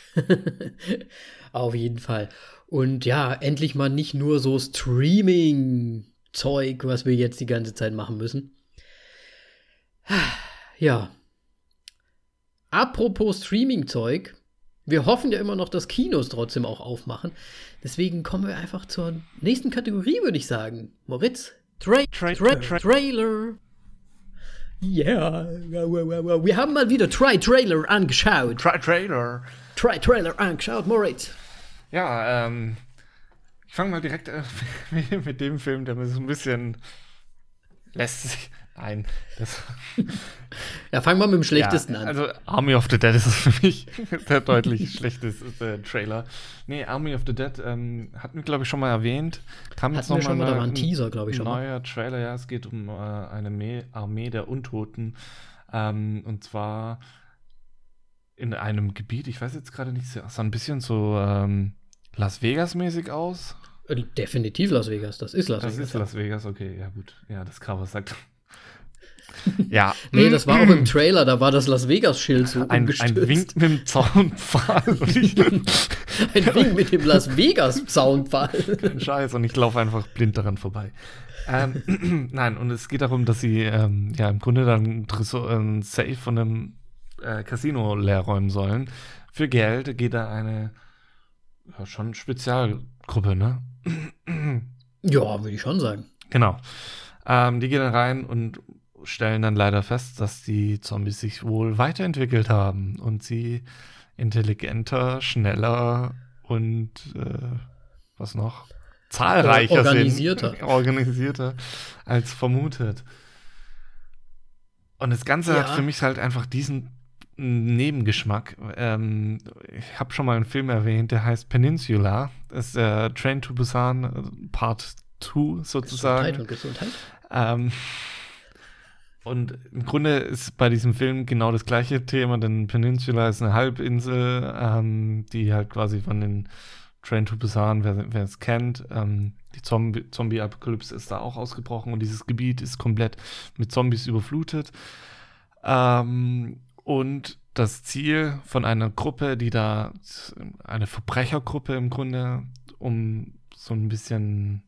Speaker 1: Auf jeden Fall. Und ja, endlich mal nicht nur so Streaming-Zeug, was wir jetzt die ganze Zeit machen müssen. Ja. Apropos Streaming-Zeug, wir hoffen ja immer noch, dass Kinos trotzdem auch aufmachen. Deswegen kommen wir einfach zur nächsten Kategorie, würde ich sagen. Moritz, Tra- Tra- Tra- Tra- Trailer. Ja, yeah. Wir haben mal wieder Try-Trailer angeschaut.
Speaker 2: Try-Trailer.
Speaker 1: Try-Trailer angeschaut, Moritz.
Speaker 2: Ja, ähm, ich fange mal direkt äh, mit dem Film, der mir so ein bisschen lässt sich. Nein, das.
Speaker 1: Ja, fangen wir mit dem schlechtesten
Speaker 2: ja,
Speaker 1: an.
Speaker 2: Also, Army of the Dead ist für mich der deutlich schlechteste Trailer. Nee, Army of the Dead ähm, hatten wir, glaube ich, schon mal erwähnt. Kam
Speaker 1: hatten
Speaker 2: jetzt noch
Speaker 1: wir schon
Speaker 2: mal
Speaker 1: mal, da war ein Teaser, glaube ich, schon mal.
Speaker 2: Neuer Trailer, ja, es geht um äh, eine Me- Armee der Untoten. Ähm, und zwar in einem Gebiet, ich weiß jetzt gerade nicht, sah ein bisschen so ähm, Las Vegas-mäßig aus.
Speaker 1: Definitiv Las Vegas, das ist Las
Speaker 2: das
Speaker 1: Vegas.
Speaker 2: Das ist Las Vegas, okay, ja gut. Ja, das Cover sagt. Ja.
Speaker 1: Nee, das war auch im Trailer, da war das Las Vegas-Schild so
Speaker 2: ein,
Speaker 1: umgestürzt.
Speaker 2: Ein Wink mit dem Zaunpfahl.
Speaker 1: Ein Wink mit dem Las Vegas-Zaunpfahl.
Speaker 2: Kein Scheiß, und ich laufe einfach blind daran vorbei. Ähm, nein, und es geht darum, dass sie ähm, ja im Grunde dann ein Safe von einem äh, Casino leer räumen sollen. Für Geld geht da eine ja, schon Spezialgruppe, ne?
Speaker 1: Ja, würde ich schon sagen.
Speaker 2: Genau. Ähm, die gehen dann rein und stellen dann leider fest, dass die Zombies sich wohl weiterentwickelt haben und sie intelligenter, schneller und äh, was noch? Zahlreicher
Speaker 1: organisierter.
Speaker 2: sind. Organisierter als vermutet. Und das Ganze
Speaker 1: ja.
Speaker 2: hat für mich halt einfach diesen Nebengeschmack. Ähm, ich habe schon mal einen Film erwähnt, der heißt Peninsula. Das ist der Train to Busan Part zwei sozusagen.
Speaker 1: Gesundheit und Gesundheit.
Speaker 2: Ähm, und im Grunde ist bei diesem Film genau das gleiche Thema, denn Peninsula ist eine Halbinsel, ähm, die halt quasi von den Train to Busan, wer, wer es kennt. Ähm, die Zombie- Zombie-Apokalypse ist da auch ausgebrochen und dieses Gebiet ist komplett mit Zombies überflutet. Ähm, und das Ziel von einer Gruppe, die da, eine Verbrechergruppe im Grunde, um so ein bisschen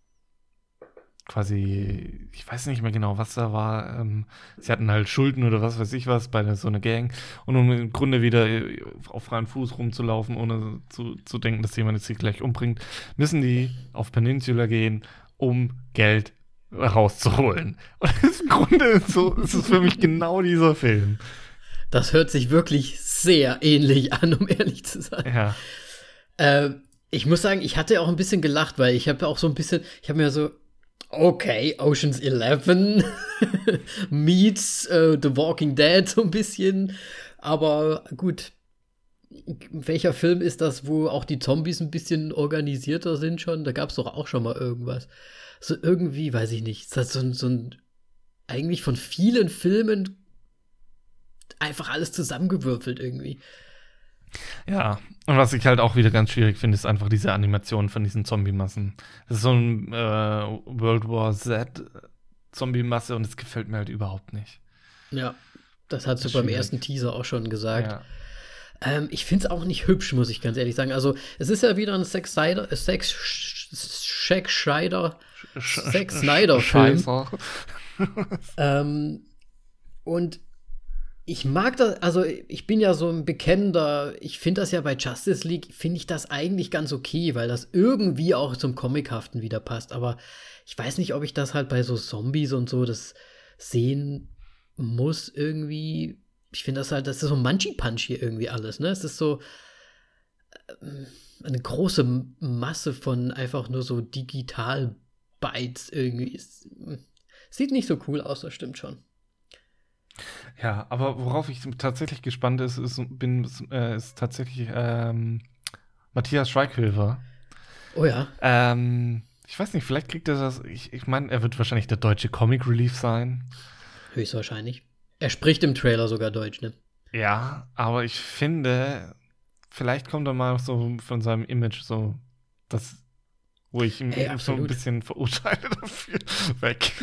Speaker 2: quasi, ich weiß nicht mehr genau, was da war, ähm, sie hatten halt Schulden oder was weiß ich was bei der, so einer Gang und um im Grunde wieder auf freiem Fuß rumzulaufen, ohne zu, zu denken, dass jemand jetzt sie gleich umbringt, müssen die auf Peninsula gehen, um Geld rauszuholen. Und im Grunde ist, so, ist es für mich genau dieser Film.
Speaker 1: Das hört sich wirklich sehr ähnlich an, um ehrlich zu sein.
Speaker 2: Ja.
Speaker 1: Äh, ich muss sagen, ich hatte auch ein bisschen gelacht, weil ich habe auch so ein bisschen, ich habe mir so, okay, Ocean's Eleven meets uh, The Walking Dead so ein bisschen. Aber gut, welcher Film ist das, wo auch die Zombies ein bisschen organisierter sind schon? Da gab es doch auch schon mal irgendwas. So irgendwie, weiß ich nicht, ist das so ein, so ein eigentlich von vielen Filmen einfach alles zusammengewürfelt irgendwie.
Speaker 2: Ja, und was ich halt auch wieder ganz schwierig finde, ist einfach diese Animation von diesen Zombie-Massen. Das ist so ein äh, World War Z Zombie-Masse und es gefällt mir halt überhaupt nicht.
Speaker 1: Ja, das hast du
Speaker 2: ist
Speaker 1: beim
Speaker 2: schwierig.
Speaker 1: ersten Teaser auch schon gesagt.
Speaker 2: Ja.
Speaker 1: Ähm, ich finde es auch nicht hübsch, muss ich ganz ehrlich sagen. Also, es ist ja wieder ein Zack Snyder, Zack Zack Snyder, Zack Snyder-Film.
Speaker 2: Scheiße.
Speaker 1: ähm, und ich mag das, also ich bin ja so ein bekennender, ich finde das ja bei Justice League, finde ich das eigentlich ganz okay, weil das irgendwie auch zum Comichaften wieder passt. Aber ich weiß nicht, ob ich das halt bei so Zombies und so das sehen muss irgendwie. Ich finde das halt, das ist so Munchie-Punch hier irgendwie alles, ne? Es ist so äh, eine große Masse von einfach nur so Digital-Bytes irgendwie. Es, sieht nicht so cool aus, das stimmt schon.
Speaker 2: Ja, aber worauf ich tatsächlich gespannt ist, ist, bin, äh, ist tatsächlich ähm, Matthias Schweighöfer.
Speaker 1: Oh ja.
Speaker 2: Ähm, ich weiß nicht, vielleicht kriegt er das, ich, ich meine, er wird wahrscheinlich der deutsche Comic Relief sein.
Speaker 1: Höchstwahrscheinlich. Er spricht im Trailer sogar Deutsch, ne?
Speaker 2: Ja, aber ich finde, vielleicht kommt er mal so von seinem Image so, das, wo ich ihn
Speaker 1: Ey,
Speaker 2: so ein bisschen verurteile dafür, weg.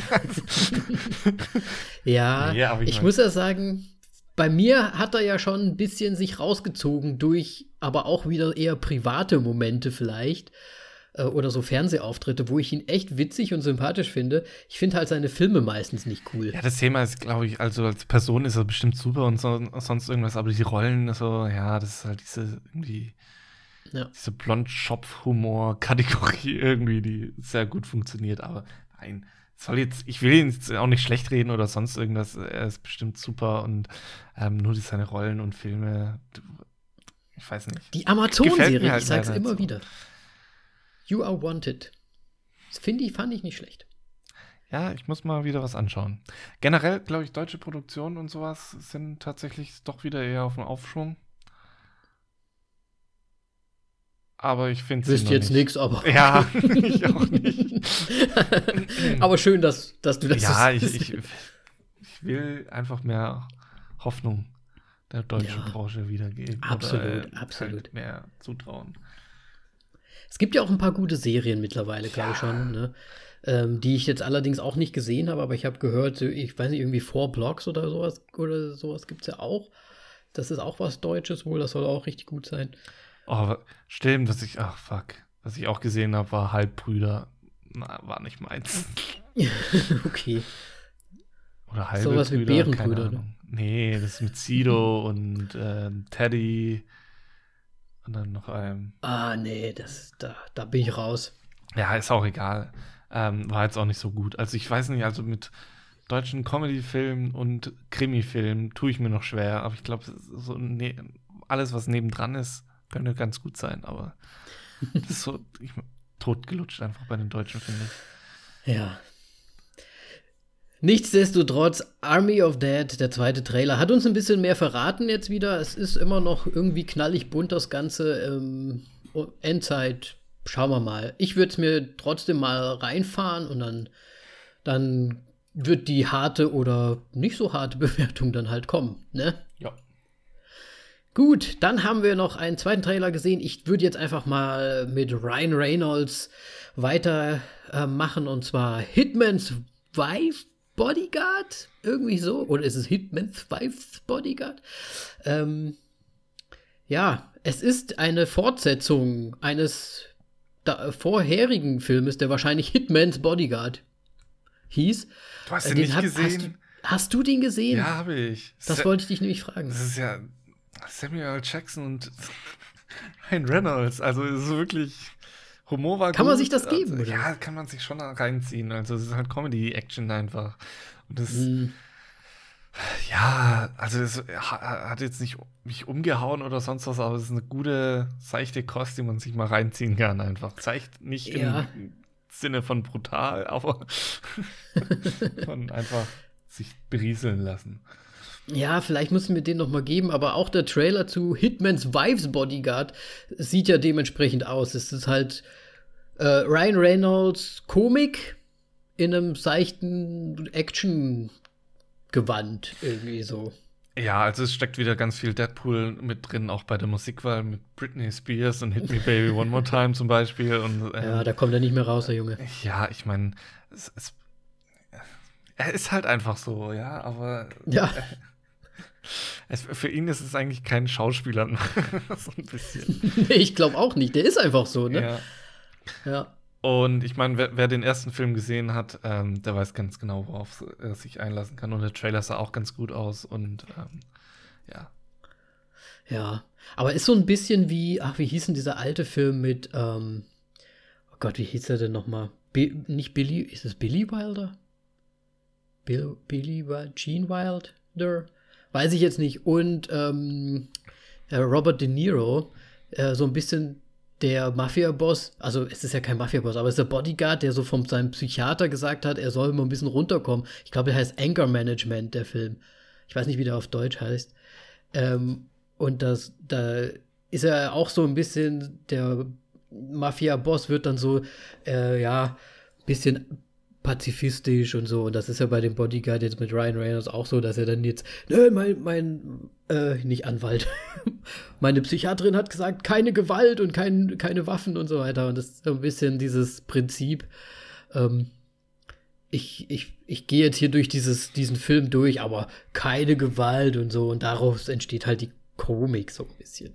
Speaker 1: Ja,
Speaker 2: nee, aber ich,
Speaker 1: ich
Speaker 2: mein,
Speaker 1: muss ja sagen, bei mir hat er ja schon ein bisschen sich rausgezogen durch, aber auch wieder eher private Momente vielleicht äh, oder so Fernsehauftritte, wo ich ihn echt witzig und sympathisch finde. Ich finde halt seine Filme meistens nicht cool.
Speaker 2: Ja, das Thema ist, glaube ich, also als Person ist er bestimmt super und so, sonst irgendwas, aber die Rollen, so, ja, das ist halt diese irgendwie
Speaker 1: Ja.
Speaker 2: diese Blond-Shop-Humor-Kategorie irgendwie, die sehr gut funktioniert, aber nein, soll jetzt, ich will ihn jetzt auch nicht schlecht reden oder sonst irgendwas, er ist bestimmt super und ähm, nur die, seine Rollen und Filme, ich weiß nicht.
Speaker 1: Die Amazon-Serie,
Speaker 2: halt
Speaker 1: ich sag's immer
Speaker 2: so.
Speaker 1: wieder. You Are Wanted. Das finde ich, fand ich nicht schlecht.
Speaker 2: Ja, ich muss mal wieder was anschauen. Generell, glaube ich, deutsche Produktionen und sowas sind tatsächlich doch wieder eher auf dem Aufschwung. Aber ich finde es
Speaker 1: Wüsste jetzt nichts, aber.
Speaker 2: Ja, ich auch nicht.
Speaker 1: Aber schön, dass, dass du das
Speaker 2: Ja,
Speaker 1: so
Speaker 2: ich, ich, ich will einfach mehr Hoffnung der deutschen
Speaker 1: Ja,
Speaker 2: Branche wiedergeben.
Speaker 1: absolut,
Speaker 2: oder, äh,
Speaker 1: absolut.
Speaker 2: Halt mehr zutrauen.
Speaker 1: Es gibt ja auch ein paar gute Serien mittlerweile, glaube ich
Speaker 2: Ja.
Speaker 1: schon, ne? ähm, die ich jetzt allerdings auch nicht gesehen habe, aber ich habe gehört, ich weiß nicht, irgendwie Four Blocks oder sowas oder sowas gibt es ja auch. Das ist auch was Deutsches wohl, das soll auch richtig gut sein.
Speaker 2: Oh, stimmt, was ich, ach fuck, was ich auch gesehen habe, war Halbbrüder. Na, war nicht meins.
Speaker 1: Okay.
Speaker 2: Oder halbe
Speaker 1: Sowas wie
Speaker 2: Brüder,
Speaker 1: Bärenbrüder,
Speaker 2: keine
Speaker 1: ne?
Speaker 2: Ahnung. Nee, das ist mit Sido und äh, Teddy und dann noch einem.
Speaker 1: Ah, nee, das, da, da bin ich raus.
Speaker 2: Ja, ist auch egal. Ähm, war jetzt auch nicht so gut. Also ich weiß nicht, also mit deutschen Comedy-Filmen und Krimi-Filmen tue ich mir noch schwer, aber ich glaube, so ne- alles, was nebendran ist, könnte ganz gut sein, aber das ist so ich, totgelutscht einfach bei den Deutschen, finde ich.
Speaker 1: Ja. Nichtsdestotrotz, Army of Dead, der zweite Trailer, hat uns ein bisschen mehr verraten jetzt wieder. Es ist immer noch irgendwie knallig bunt, das Ganze. Ähm, Endzeit, schauen wir mal. Ich würde es mir trotzdem mal reinfahren und dann, dann wird die harte oder nicht so harte Bewertung dann halt kommen, ne?
Speaker 2: Ja.
Speaker 1: Gut, dann haben wir noch einen zweiten Trailer gesehen. Ich würde jetzt einfach mal mit Ryan Reynolds weiter äh, machen, und zwar Hitman's Wife Bodyguard, irgendwie so. Oder ist es Hitman's Wife's Bodyguard? Ähm, ja, es ist eine Fortsetzung eines da, vorherigen Filmes, der wahrscheinlich Hitman's Bodyguard hieß.
Speaker 2: Du hast den, den nicht hat, gesehen?
Speaker 1: Hast du, hast du den gesehen?
Speaker 2: Ja, habe ich.
Speaker 1: Das Sa- wollte ich dich nämlich fragen.
Speaker 2: Das ist ja Samuel L. Jackson und Ryan Reynolds. Also es ist wirklich, Humor war
Speaker 1: Kann
Speaker 2: gut.
Speaker 1: man sich das geben,
Speaker 2: also,
Speaker 1: oder?
Speaker 2: Ja, kann man sich schon reinziehen. Also es ist halt Comedy-Action einfach. Und das,
Speaker 1: mm.
Speaker 2: ja, also es hat jetzt nicht mich umgehauen oder sonst was, aber es ist eine gute, seichte Kost, die man sich mal reinziehen kann einfach. Seicht nicht
Speaker 1: ja.
Speaker 2: im Sinne von brutal, aber von einfach sich berieseln lassen.
Speaker 1: Ja, vielleicht müssen wir den noch mal geben, aber auch der Trailer zu Hitman's Wife's Bodyguard sieht ja dementsprechend aus. Es ist halt äh, Ryan Reynolds Komik in einem seichten Action-Gewand irgendwie so.
Speaker 2: Ja, also es steckt wieder ganz viel Deadpool mit drin, auch bei der Musikwahl mit Britney Spears und Hit Me Baby One More Time zum Beispiel. Und, ähm,
Speaker 1: ja, da kommt er nicht mehr raus, der Junge.
Speaker 2: Ja, ich meine, es, es, er ist halt einfach so, ja, aber
Speaker 1: ja.
Speaker 2: Es, für ihn ist es eigentlich kein Schauspieler, so ein bisschen.
Speaker 1: Nee, ich glaube auch nicht. Der ist einfach so, ne?
Speaker 2: Ja.
Speaker 1: Ja.
Speaker 2: Und ich meine, wer, wer den ersten Film gesehen hat, ähm, der weiß ganz genau, worauf er sich einlassen kann. Und der Trailer sah auch ganz gut aus und ähm, ja.
Speaker 1: Ja, aber ist so ein bisschen wie, ach, wie hieß denn dieser alte Film mit, ähm, oh Gott, wie hieß er denn nochmal? Bi- nicht Billy, ist es Billy Wilder? Bill, Billy Wilder? Gene Wilder? Weiß ich jetzt nicht. Und ähm, Robert De Niro, äh, so ein bisschen der Mafia-Boss, also es ist ja kein Mafia-Boss, aber es ist der Bodyguard, der so von seinem Psychiater gesagt hat, er soll mal ein bisschen runterkommen. Ich glaube, der heißt Anger Management, der Film. Ich weiß nicht, wie der auf Deutsch heißt. Ähm, und das, da ist er auch so ein bisschen, der Mafia-Boss wird dann so, äh, ja, ein bisschen pazifistisch und so. Und das ist ja bei dem Bodyguard jetzt mit Ryan Reynolds auch so, dass er dann jetzt, ne, mein, mein, äh, nicht Anwalt, meine Psychiaterin hat gesagt, keine Gewalt und kein, keine Waffen und so weiter. Und das ist so ein bisschen dieses Prinzip, ähm, ich, ich, ich gehe jetzt hier durch dieses, diesen Film durch, aber keine Gewalt und so. Und daraus entsteht halt die Komik so ein bisschen.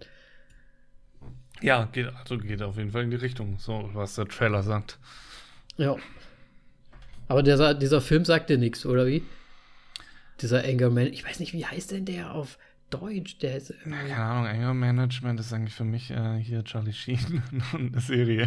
Speaker 2: Ja, geht, also geht auf jeden Fall in die Richtung, so was der Trailer sagt.
Speaker 1: Ja. Aber der, dieser Film sagt dir nichts, oder wie? Dieser Anger Management. Ich weiß nicht, wie heißt denn der auf Deutsch? Der ist
Speaker 2: ja, keine Ahnung, Anger Management ist eigentlich für mich äh, hier Charlie Sheen und eine Serie.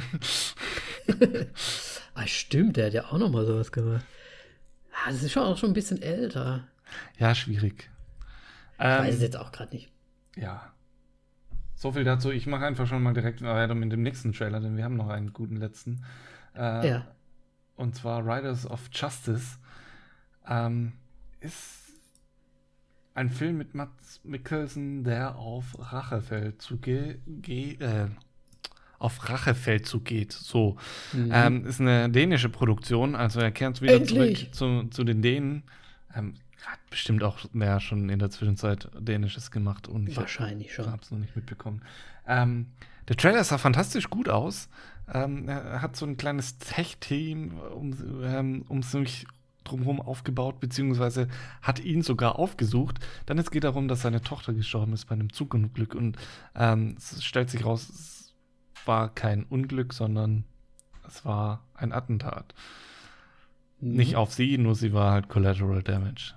Speaker 1: Ah, stimmt, der hat ja auch noch mal sowas gemacht. Ah, das ist schon auch schon ein bisschen älter.
Speaker 2: Ja, schwierig.
Speaker 1: Ich ähm, weiß es jetzt auch gerade nicht.
Speaker 2: Ja. So viel dazu. Ich mache einfach schon mal direkt weiter mit dem nächsten Trailer, denn wir haben noch einen guten letzten. Äh,
Speaker 1: ja.
Speaker 2: Und zwar Riders of Justice. Ähm, ist ein Film mit Mads Mikkelsen, der auf Rachefeldzug ge- ge- äh, auf Rachefeldzug geht. So. Mhm. Ähm, ist eine dänische Produktion, also er kehrt wieder
Speaker 1: Endlich.
Speaker 2: zurück zu, zu den Dänen. Ähm, hat bestimmt auch mehr schon in der Zwischenzeit Dänisches gemacht. Und ich
Speaker 1: Wahrscheinlich
Speaker 2: hab,
Speaker 1: schon.
Speaker 2: hab's noch nicht mitbekommen. Ähm, der Trailer sah fantastisch gut aus. Ähm, er hat so ein kleines Tech-Team um, ähm, um sich drumherum aufgebaut, beziehungsweise hat ihn sogar aufgesucht. Dann es geht darum, dass seine Tochter gestorben ist bei einem Zugunglück und ähm, es stellt sich raus, es war kein Unglück, sondern es war ein Attentat. Mhm. Nicht auf sie, nur sie war halt Collateral Damage.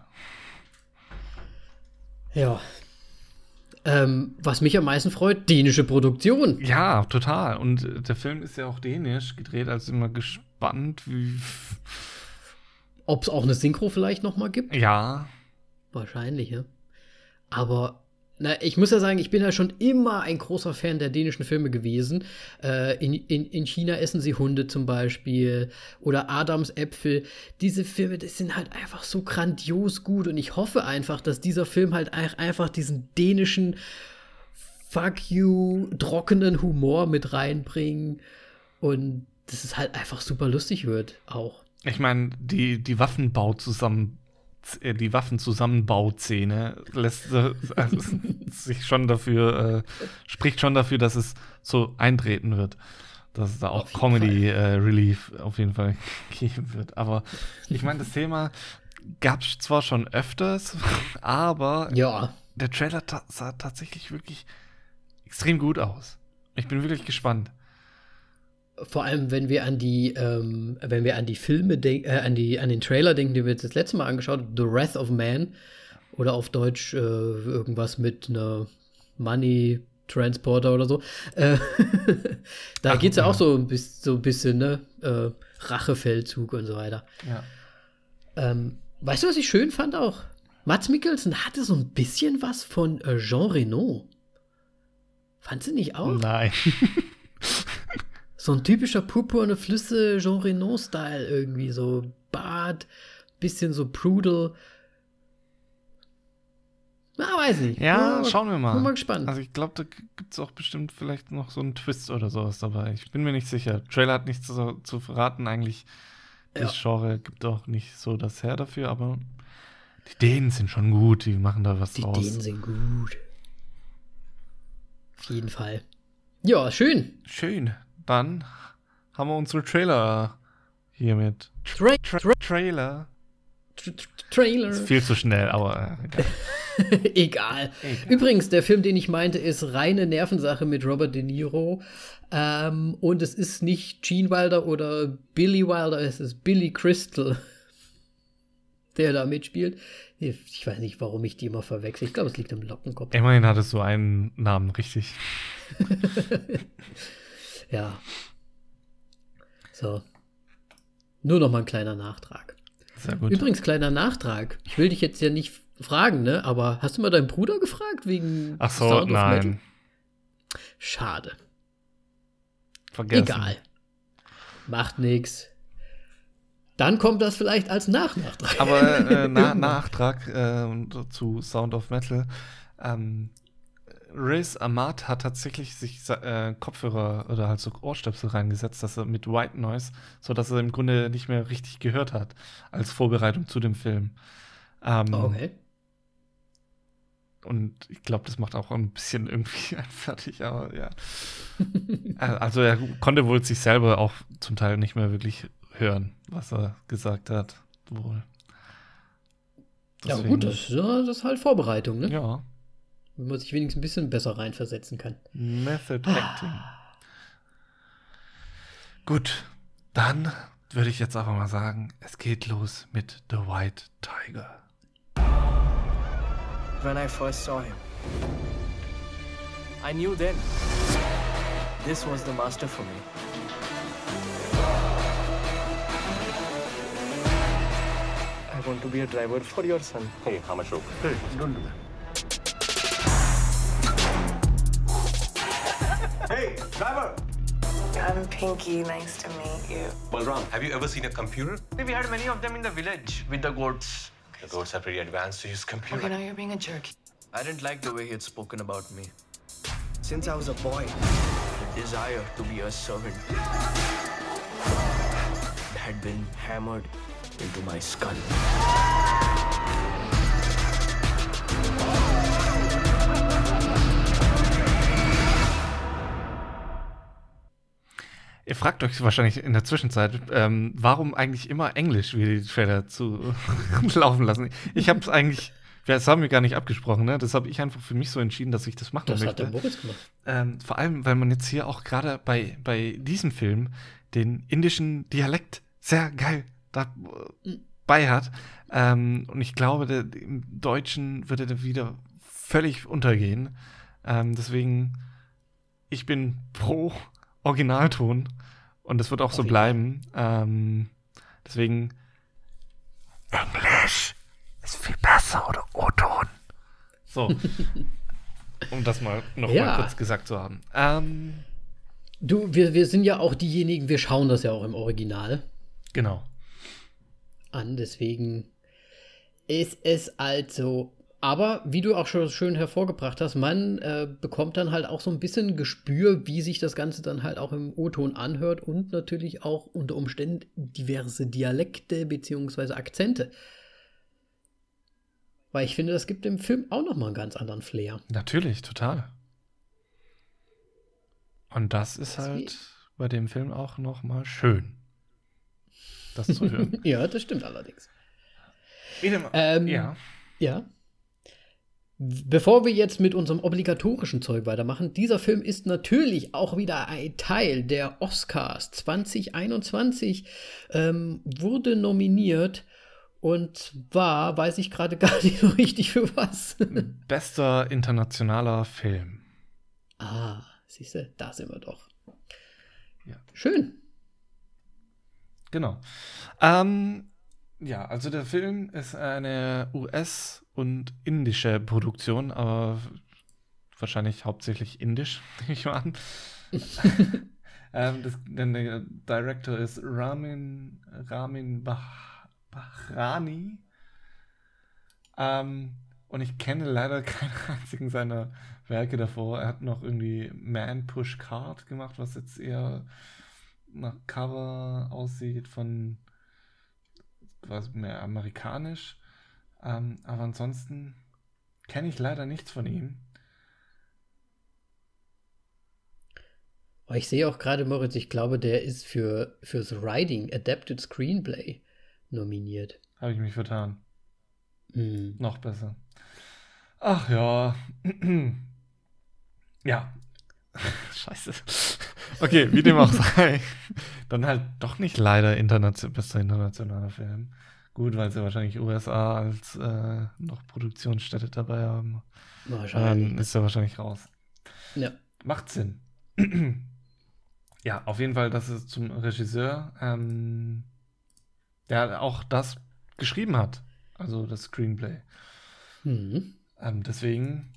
Speaker 1: Ja. Ähm, was mich am meisten freut, dänische Produktion.
Speaker 2: Ja, total. Und der Film ist ja auch dänisch gedreht, also immer gespannt, wie.
Speaker 1: Ob es auch eine Synchro vielleicht noch mal gibt?
Speaker 2: Ja.
Speaker 1: Wahrscheinlich, ja. Aber, na, ich muss ja sagen, ich bin ja schon immer ein großer Fan der dänischen Filme gewesen. Äh, in, in, in China essen sie Hunde zum Beispiel oder Adams Äpfel. Diese Filme, das sind halt einfach so grandios gut und ich hoffe einfach, dass dieser Film halt einfach diesen dänischen Fuck you, trockenen Humor mit reinbringen und dass es halt einfach super lustig wird auch.
Speaker 2: Ich meine, die, die Waffenbauzusammenbrüche äh, die Waffenzusammenbauszene lässt äh, also, sich schon dafür, äh, spricht schon dafür, dass es so eintreten wird. Dass es da auch Comedy-Relief äh, auf jeden Fall geben wird. Aber ich meine, das Thema gab es zwar schon öfters, aber
Speaker 1: ja.
Speaker 2: der Trailer ta- sah tatsächlich wirklich extrem gut aus. Ich bin wirklich gespannt.
Speaker 1: Vor allem, wenn wir an die, ähm, wenn wir an die Filme denken, äh, an die, an den Trailer denken, den wir jetzt das letzte Mal angeschaut haben, The Wrath of Man oder auf Deutsch äh, irgendwas mit einer Money Transporter oder so. Äh, da geht es ja, ja auch so ein bisschen, so ein bisschen ne? Äh, Rachefeldzug und so weiter.
Speaker 2: Ja.
Speaker 1: Ähm, weißt du, was ich schön fand auch? Mads Mikkelsen hatte so ein bisschen was von äh, Jean Reno. Fandst du nicht auch?
Speaker 2: Nein.
Speaker 1: So ein typischer purpurne Flüsse Jean Reno-Style irgendwie. So Bart, bisschen so Prudel. Na, weiß nicht.
Speaker 2: Ja,
Speaker 1: mal,
Speaker 2: schauen wir mal.
Speaker 1: Bin mal gespannt.
Speaker 2: Also ich glaube, da gibt es auch bestimmt vielleicht noch so einen Twist oder sowas dabei. Ich bin mir nicht sicher. Trailer hat nichts zu, zu verraten eigentlich. Das ja. Genre gibt auch nicht so das her dafür, aber die Ideen sind schon gut. Die machen da was
Speaker 1: die
Speaker 2: draus.
Speaker 1: Die Ideen sind gut. Auf jeden Fall. Ja, schön.
Speaker 2: Schön. Dann haben wir unsere Trailer hier mit.
Speaker 1: Tra
Speaker 2: Tra
Speaker 1: Tra
Speaker 2: Trailer.
Speaker 1: Tra Trailer.
Speaker 2: Ist viel zu schnell, aber
Speaker 1: äh, egal. egal. Egal. Übrigens, der Film, den ich meinte, ist reine Nervensache mit Robert De Niro. Ähm, und es ist nicht Gene Wilder oder Billy Wilder, es ist Billy Crystal, der da mitspielt. Ich weiß nicht, warum ich die immer verwechsel. Ich glaube, es liegt im Lockenkopf.
Speaker 2: Immerhin hattest du einen Namen richtig.
Speaker 1: Ja. So. Nur noch mal ein kleiner Nachtrag.
Speaker 2: Sehr gut.
Speaker 1: Übrigens, kleiner Nachtrag. Ich will dich jetzt ja nicht fragen, ne? Aber hast du mal deinen Bruder gefragt wegen
Speaker 2: Ach so,
Speaker 1: Sound of
Speaker 2: nein.
Speaker 1: Metal? Schade.
Speaker 2: Vergessen.
Speaker 1: Egal. Macht nix. Dann kommt das vielleicht als Nachnachtrag.
Speaker 2: Aber äh, na Nachtrag äh, zu Sound of Metal. Ähm, Riz Ahmed hat tatsächlich sich äh, Kopfhörer oder halt so Ohrstöpsel reingesetzt, dass er mit White Noise, sodass er im Grunde nicht mehr richtig gehört hat, als Vorbereitung zu dem Film. Ähm,
Speaker 1: okay.
Speaker 2: Und ich glaube, das macht auch ein bisschen irgendwie fertig, aber ja. Also er konnte wohl sich selber auch zum Teil nicht mehr wirklich hören, was er gesagt hat. Wohl.
Speaker 1: Deswegen, ja gut, das, ja, das ist halt Vorbereitung, ne?
Speaker 2: Ja.
Speaker 1: Wenn man sich wenigstens ein bisschen besser reinversetzen kann.
Speaker 2: Method Acting. Gut, dann würde ich jetzt einfach mal sagen, es geht los mit The White Tiger.
Speaker 3: When I first saw him, I knew then this was the master for me. I want to be a driver for your son.
Speaker 4: Hey, how much rope?
Speaker 3: Hey, don't do that.
Speaker 4: Hey, driver!
Speaker 5: I'm Pinky. Nice to meet you.
Speaker 4: Balram, have you ever seen a computer?
Speaker 3: We had many of them in the village with the goats.
Speaker 4: The goats are pretty advanced to use computer.
Speaker 5: Okay, now you're being a jerk.
Speaker 3: I didn't like the way he had spoken about me. Since I was a boy, the desire to be a servant had been hammered into my skull.
Speaker 2: Ihr fragt euch wahrscheinlich in der Zwischenzeit, ähm, warum eigentlich immer Englisch, wie die Trailer zu laufen lassen. Ich habe es eigentlich, das haben wir gar nicht abgesprochen, ne? Das habe ich einfach für mich so entschieden, dass ich das machen
Speaker 1: das
Speaker 2: möchte.
Speaker 1: Das hat der Moritz gemacht.
Speaker 2: Ähm, vor allem, weil man jetzt hier auch gerade bei, bei diesem Film den indischen Dialekt sehr geil dabei hat. Ähm, und ich glaube, der, im Deutschen würde der wieder völlig untergehen. Ähm, deswegen, ich bin pro Originalton und das wird auch so bleiben. Ähm, deswegen Englisch ist viel besser oder O-Ton. So, um das mal noch
Speaker 1: ja.
Speaker 2: mal kurz gesagt zu haben. Ähm,
Speaker 1: du, wir, wir sind ja auch diejenigen, wir schauen das ja auch im Original
Speaker 2: genau
Speaker 1: an, deswegen ist es also. Aber wie du auch schon schön hervorgebracht hast, man äh, bekommt dann halt auch so ein bisschen Gespür, wie sich das Ganze dann halt auch im O-Ton anhört und natürlich auch unter Umständen diverse Dialekte bzw. Akzente. Weil ich finde, das gibt dem Film auch nochmal einen ganz anderen Flair.
Speaker 2: Natürlich, total. Und das ist
Speaker 1: Das
Speaker 2: halt
Speaker 1: geht.
Speaker 2: bei dem Film auch nochmal schön, das zu hören.
Speaker 1: Ja, das stimmt allerdings.
Speaker 2: Ähm,
Speaker 1: Ähm,
Speaker 2: ja.
Speaker 1: Ja. Bevor wir jetzt mit unserem obligatorischen Zeug weitermachen, dieser Film ist natürlich auch wieder ein Teil der Oscars zwanzig einundzwanzig, ähm, wurde nominiert und war, weiß ich gerade gar nicht so richtig für was.
Speaker 2: Bester internationaler Film.
Speaker 1: Ah, siehst du, da sind wir doch.
Speaker 2: Ja.
Speaker 1: Schön.
Speaker 2: Genau. Ähm, ja, also der Film ist eine U S- und indische Produktion, aber wahrscheinlich hauptsächlich indisch, nehme ich mal an. ähm, das, denn der Director ist Ramin, Ramin bah, Bahrani. Ähm, und ich kenne leider keinen einzigen seiner Werke davor. Er hat noch irgendwie Man Push Card gemacht, was jetzt eher nach Cover aussieht von was mehr amerikanisch. Ähm, aber ansonsten kenne ich leider nichts von ihm.
Speaker 1: Aber ich sehe auch gerade, Moritz, ich glaube, der ist für fürs Writing Adapted Screenplay nominiert.
Speaker 2: Habe ich mich vertan.
Speaker 1: Hm.
Speaker 2: Noch besser. Ach ja. Ja. Scheiße. Okay, wie dem auch sei. Dann halt doch nicht leider internation- bester internationaler Film. Gut, weil sie wahrscheinlich U S A als äh, noch Produktionsstätte dabei haben.
Speaker 1: Wahrscheinlich.
Speaker 2: Dann ist er wahrscheinlich raus.
Speaker 1: Ja.
Speaker 2: Macht Sinn. Ja, auf jeden Fall, das ist zum Regisseur, ähm, der auch das geschrieben hat. Also das Screenplay.
Speaker 1: Hm.
Speaker 2: Ähm, deswegen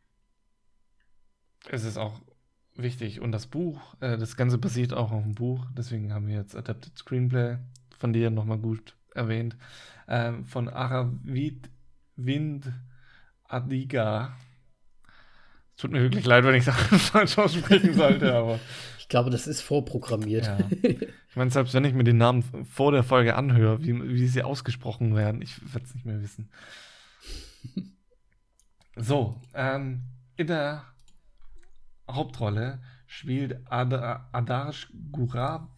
Speaker 2: ist es auch wichtig. Und das Buch, äh, das Ganze basiert auch auf dem Buch. Deswegen haben wir jetzt Adapted Screenplay, von dir nochmal gut erwähnt, ähm, von Aravind Wind Adiga. Es tut mir wirklich leid, wenn ich es falsch aussprechen sollte, aber
Speaker 1: Ich glaube, das ist vorprogrammiert.
Speaker 2: ja. Ich meine, selbst wenn ich mir den Namen vor der Folge anhöre, wie, wie sie ausgesprochen werden, ich werde es nicht mehr wissen. So, ähm, in der Hauptrolle spielt Ad- Adarsh Gurav.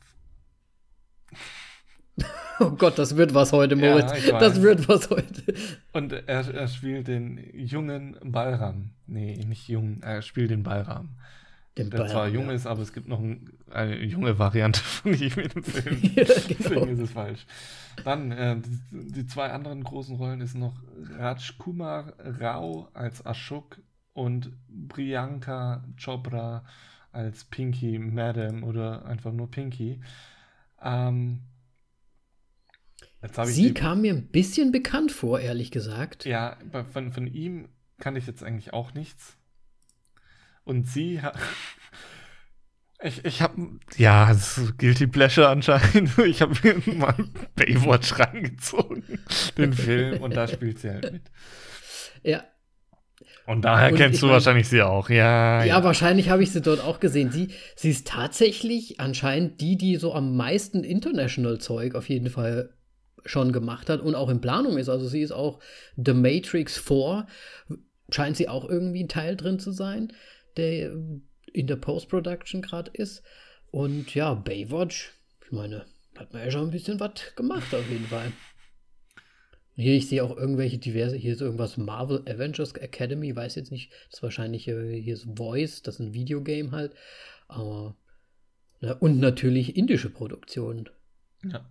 Speaker 1: Oh Gott, das wird was heute, Moritz.
Speaker 2: Ja, ich weiß.
Speaker 1: Das wird was heute.
Speaker 2: Und er, er spielt den jungen Balram. Nee, nicht jung, er spielt den Balram.
Speaker 1: Den
Speaker 2: Der zwar
Speaker 1: Balram,
Speaker 2: jung
Speaker 1: ja.
Speaker 2: ist, aber es gibt noch ein, eine junge Variante von ihm in dem Film.
Speaker 1: Ja, genau.
Speaker 2: Deswegen ist es falsch. Dann, äh, die, die zwei anderen großen Rollen ist noch Rajkumar Rao als Ashok und Priyanka Chopra als Pinky Madam oder einfach nur Pinky. Ähm, jetzt habe ich
Speaker 1: Sie
Speaker 2: die-
Speaker 1: kam mir ein bisschen bekannt vor, ehrlich gesagt.
Speaker 2: Ja, bei- von, von ihm kannte ich jetzt eigentlich auch nichts. Und sie hat. Ich, ich habe. Ja, das ist Guilty Pleasure anscheinend. Ich habe mir mal Baywatch reingezogen, den Film, und da spielt sie halt mit.
Speaker 1: Ja,
Speaker 2: Und daher
Speaker 1: Und
Speaker 2: kennst
Speaker 1: ich
Speaker 2: du
Speaker 1: mein-
Speaker 2: wahrscheinlich sie auch, ja.
Speaker 1: ja, wahrscheinlich habe ich sie dort auch gesehen. Sie, sie ist tatsächlich anscheinend die, die so am meisten International-Zeug auf jeden Fall schon gemacht hat und auch in Planung ist. Also sie ist auch The Matrix vier, scheint sie auch irgendwie ein Teil drin zu sein, der in der Post-Production gerade ist. Und ja, Baywatch, ich meine, hat man ja schon ein bisschen was gemacht auf jeden Fall. Hier, ich sehe auch irgendwelche diverse, hier ist irgendwas Marvel Avengers Academy, weiß jetzt nicht, das ist wahrscheinlich, äh, hier ist Voice, das ist ein Videogame halt, aber, na, und natürlich indische Produktionen,
Speaker 2: Ja.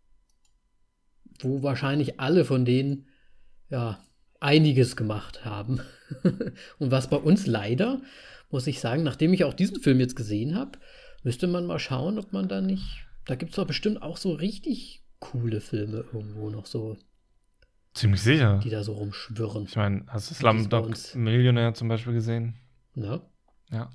Speaker 1: wo wahrscheinlich alle von denen, ja, einiges gemacht haben. Und was bei uns leider, muss ich sagen, nachdem ich auch diesen Film jetzt gesehen habe, müsste man mal schauen, ob man da nicht, da gibt es doch bestimmt auch so richtig coole Filme irgendwo noch so,
Speaker 2: Ziemlich sicher.
Speaker 1: die da so rumschwirren.
Speaker 2: Ich meine, hast du
Speaker 1: Die ist bei
Speaker 2: Slumdog
Speaker 1: uns-
Speaker 2: Millionär zum Beispiel gesehen?
Speaker 1: Ne?
Speaker 2: Ja.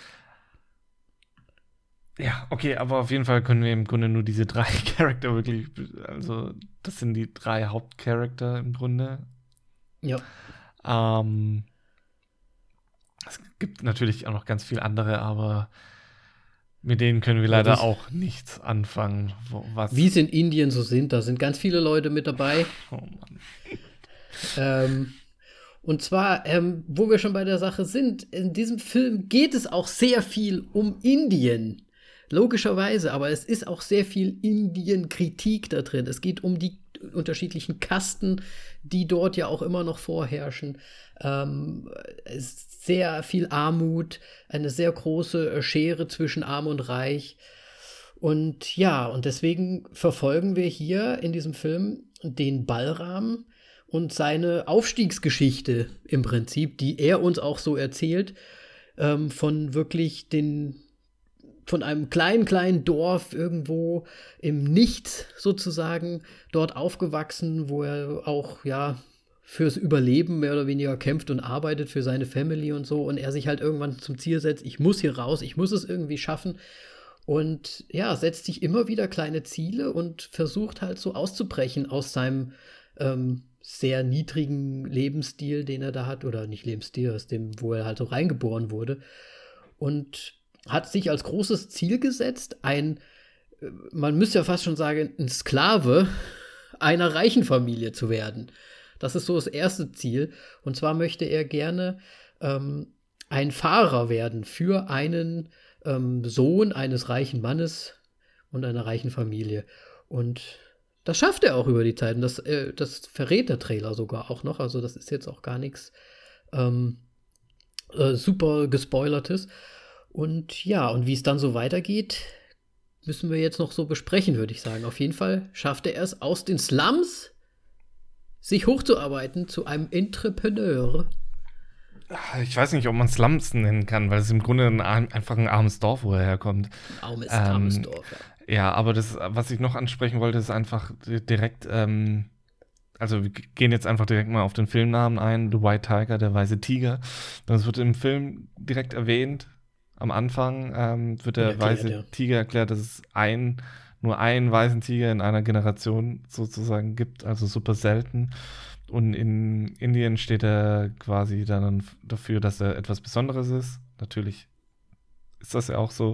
Speaker 2: Ja, okay, aber auf jeden Fall können wir im Grunde nur diese drei Charakter wirklich, also das sind die drei Hauptcharakter im Grunde.
Speaker 1: Ja.
Speaker 2: Ähm, es gibt natürlich auch noch ganz viele andere, aber mit denen können wir leider
Speaker 1: wie's-
Speaker 2: auch nichts anfangen. Wo, was,
Speaker 1: Wie es in Indien so sind, da sind ganz viele Leute mit dabei.
Speaker 2: Oh Mann.
Speaker 1: Ähm, Und zwar, ähm, wo wir schon bei der Sache sind, in diesem Film geht es auch sehr viel um Indien. Logischerweise, aber es ist auch sehr viel Indien-Kritik da drin. Es geht um die unterschiedlichen Kasten, die dort ja auch immer noch vorherrschen. Ähm, es ist sehr viel Armut, eine sehr große Schere zwischen Arm und Reich. Und ja, und deswegen verfolgen wir hier in diesem Film den Balram und seine Aufstiegsgeschichte im Prinzip, die er uns auch so erzählt, ähm, von wirklich den von einem kleinen, kleinen Dorf irgendwo im Nichts sozusagen dort aufgewachsen, wo er auch, ja, fürs Überleben mehr oder weniger kämpft und arbeitet für seine Family und so und er sich halt irgendwann zum Ziel setzt, ich muss hier raus, ich muss es irgendwie schaffen und ja, setzt sich immer wieder kleine Ziele und versucht halt so auszubrechen aus seinem ähm, sehr niedrigen Lebensstil, den er da hat, oder nicht Lebensstil, aus dem, wo er halt so reingeboren wurde und hat sich als großes Ziel gesetzt, ein, man müsste ja fast schon sagen, ein Sklave einer reichen Familie zu werden. Das ist so das erste Ziel. Und zwar möchte er gerne ähm, ein Fahrer werden für einen ähm, Sohn eines reichen Mannes und einer reichen Familie. Und das schafft er auch über die Zeit. Und das, äh, das verrät der Trailer sogar auch noch. Also das ist jetzt auch gar nichts ähm, äh, super gespoilertes. Und ja, und wie es dann so weitergeht, müssen wir jetzt noch so besprechen, würde ich sagen. Auf jeden Fall schafft er es aus den Slums, sich hochzuarbeiten zu einem Entrepreneur.
Speaker 2: Ich weiß nicht, ob man Slums nennen kann, weil es im Grunde ein, einfach ein armes Dorf, wo er herkommt.
Speaker 1: Armes,
Speaker 2: ähm,
Speaker 1: armes Dorf, ja.
Speaker 2: Ja, aber das, was ich noch ansprechen wollte, ist einfach direkt, ähm, also wir gehen jetzt einfach direkt mal auf den Filmnamen ein, The White Tiger, der weiße Tiger. Das wird im Film direkt erwähnt. Am Anfang ähm, wird der
Speaker 1: erklärt,
Speaker 2: weiße
Speaker 1: ja.
Speaker 2: Tiger erklärt, dass es ein, nur einen weißen Tiger in einer Generation sozusagen gibt, also super selten. Und in Indien steht er quasi dann dafür, dass er etwas Besonderes ist. Natürlich ist das ja auch so.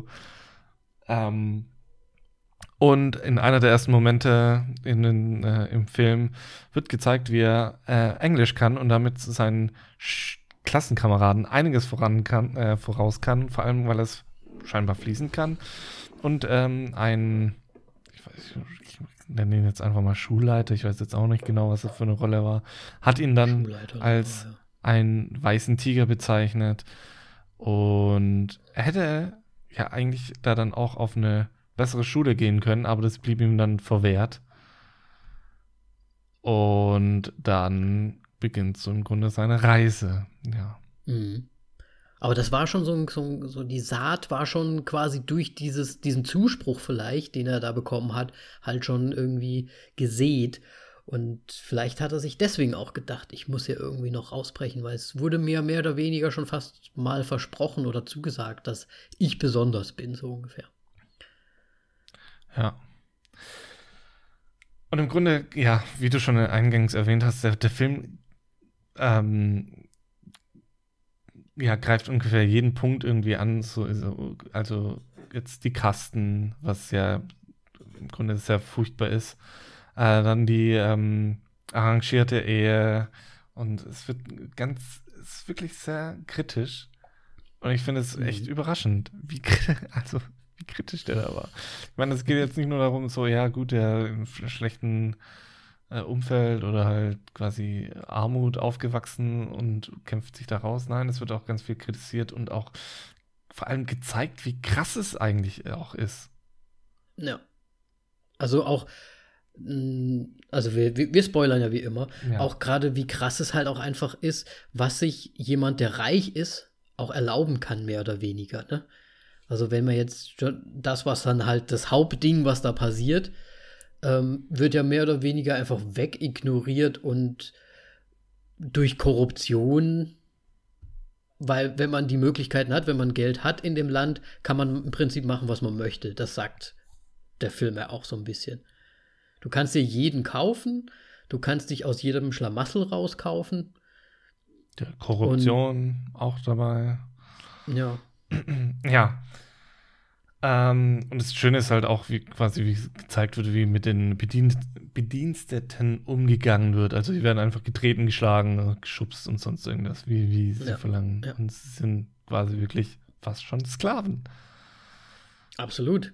Speaker 2: Ähm, und in einer der ersten Momente in den, äh, im Film wird gezeigt, wie er äh, Englisch kann und damit seinen Sch- Klassenkameraden einiges voran kann, äh, voraus kann, vor allem, weil er es scheinbar fließend kann. Und ähm, ein, ich weiß, ich nenne ihn jetzt einfach mal Schulleiter, ich weiß jetzt auch nicht genau, was das für eine Rolle war, hat ihn dann
Speaker 1: Schulleiter,
Speaker 2: als
Speaker 1: ja.
Speaker 2: einen weißen Tiger bezeichnet. Und er hätte ja eigentlich da dann auch auf eine bessere Schule gehen können, aber das blieb ihm dann verwehrt. Und dann beginnt so im Grunde seine Reise, ja.
Speaker 1: Mhm. Aber das war schon so, so, so, die Saat war schon quasi durch dieses, diesen Zuspruch vielleicht, den er da bekommen hat, halt schon irgendwie gesät. Und vielleicht hat er sich deswegen auch gedacht, ich muss hier irgendwie noch rausbrechen, weil es wurde mir mehr oder weniger schon fast mal versprochen oder zugesagt, dass ich besonders bin, so ungefähr.
Speaker 2: Ja. Und im Grunde, ja, wie du schon eingangs erwähnt hast, der, der Film ähm, ja, greift ungefähr jeden Punkt irgendwie an, so, so, also jetzt die Kasten, was ja im Grunde sehr furchtbar ist, äh, dann die ähm, arrangierte Ehe und es wird ganz, es ist wirklich sehr kritisch und ich finde es echt mhm. überraschend, wie, also, wie kritisch der da war. Ich meine, es geht jetzt nicht nur darum, so, ja gut, der im schlechten äh, Umfeld oder halt quasi Armut aufgewachsen und kämpft sich da raus. Nein, es wird auch ganz viel kritisiert und auch vor allem gezeigt, wie krass es eigentlich auch ist.
Speaker 1: Ja. Also auch, also wir, wir spoilern ja wie immer, ja. Auch gerade wie krass es halt auch einfach ist, was sich jemand, der reich ist, auch erlauben kann, mehr oder weniger, ne? Also wenn man jetzt schon das, was dann halt das Hauptding, was da passiert, ähm, wird ja mehr oder weniger einfach wegignoriert und durch Korruption, weil wenn man die Möglichkeiten hat, wenn man Geld hat in dem Land, kann man im Prinzip machen, was man möchte. Das sagt der Film ja auch so ein bisschen. Du kannst dir jeden kaufen, du kannst dich aus jedem Schlamassel rauskaufen.
Speaker 2: Ja, Korruption und, auch dabei.
Speaker 1: Ja.
Speaker 2: Ja. Ähm, und das Schöne ist halt auch, wie quasi wie gezeigt wird, wie mit den Bedien- Bediensteten umgegangen wird. Also die werden einfach getreten, geschlagen, geschubst und sonst irgendwas, wie, wie sie
Speaker 1: Ja,
Speaker 2: verlangen.
Speaker 1: ja.
Speaker 2: Und sie sind quasi wirklich fast schon Sklaven.
Speaker 1: Absolut.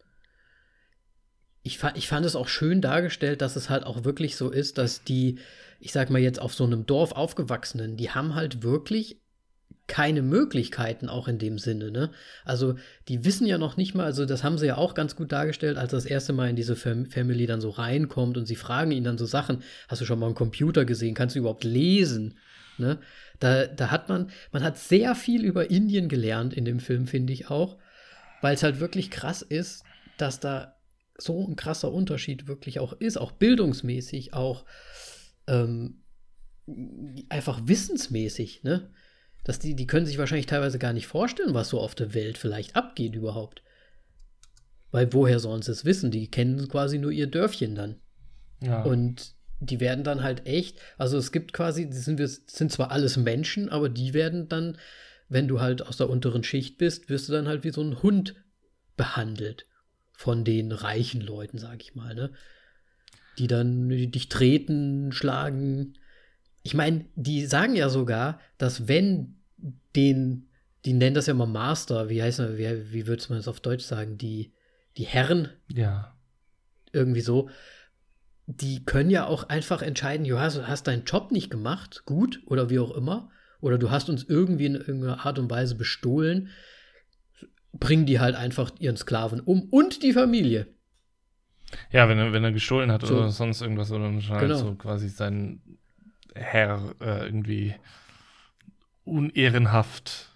Speaker 1: Ich, fa- ich fand es auch schön dargestellt, dass es halt auch wirklich so ist, dass die, ich sag mal jetzt auf so einem Dorf aufgewachsenen, die haben halt wirklich keine Möglichkeiten auch in dem Sinne, ne? Also die wissen ja noch nicht mal, also das haben sie ja auch ganz gut dargestellt, als er das erste Mal in diese Fam- Family dann so reinkommt und sie fragen ihn dann so Sachen, hast du schon mal einen Computer gesehen, kannst du überhaupt lesen, ne? Da, da hat man, man hat sehr viel über Indien gelernt in dem Film, finde ich auch, weil es halt wirklich krass ist, dass da so ein krasser Unterschied wirklich auch ist, auch bildungsmäßig, auch ähm, einfach wissensmäßig, ne? Dass die, die können sich wahrscheinlich teilweise gar nicht vorstellen, was so auf der Welt vielleicht abgeht überhaupt. Weil woher sollen sie es wissen? Die kennen quasi nur ihr Dörfchen dann.
Speaker 2: Ja.
Speaker 1: Und die werden dann halt echt, also es gibt quasi, das sind, wir, das sind zwar alles Menschen, aber die werden dann, wenn du halt aus der unteren Schicht bist, wirst du dann halt wie so ein Hund behandelt. Von den reichen Leuten, sag ich mal, ne? Die dann dich treten, schlagen. Ich meine, die sagen ja sogar, dass wenn den, die nennen das ja mal Master, wie heißt das, wie, wie würde man das auf Deutsch sagen, die, die Herren,
Speaker 2: Ja.
Speaker 1: irgendwie so, die können ja auch einfach entscheiden, du hast, hast deinen Job nicht gemacht, gut, oder wie auch immer, oder du hast uns irgendwie in irgendeiner Art und Weise bestohlen, bringen die halt einfach ihren Sklaven um und die Familie.
Speaker 2: Ja, wenn er, wenn er gestohlen hat
Speaker 1: So.
Speaker 2: oder sonst irgendwas, oder dann halt
Speaker 1: Genau.
Speaker 2: so quasi sein Herr äh, irgendwie unehrenhaft,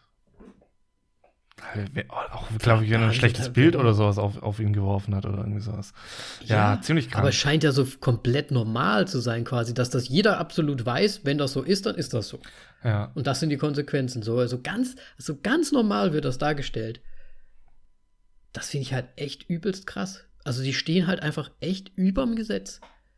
Speaker 2: äh, auch, glaube ich, wenn er ein
Speaker 1: behandelt
Speaker 2: schlechtes
Speaker 1: hat,
Speaker 2: Bild
Speaker 1: genau.
Speaker 2: oder sowas auf, auf ihn geworfen hat oder irgendwie sowas. Ja, ziemlich krank.
Speaker 1: Aber es scheint ja so komplett normal zu sein quasi, dass das jeder absolut weiß, wenn das so ist, dann ist das so.
Speaker 2: Ja.
Speaker 1: Und das sind die Konsequenzen. So, also ganz, so ganz normal wird das dargestellt. Das finde ich halt echt übelst krass. Also die stehen halt einfach echt überm Gesetz.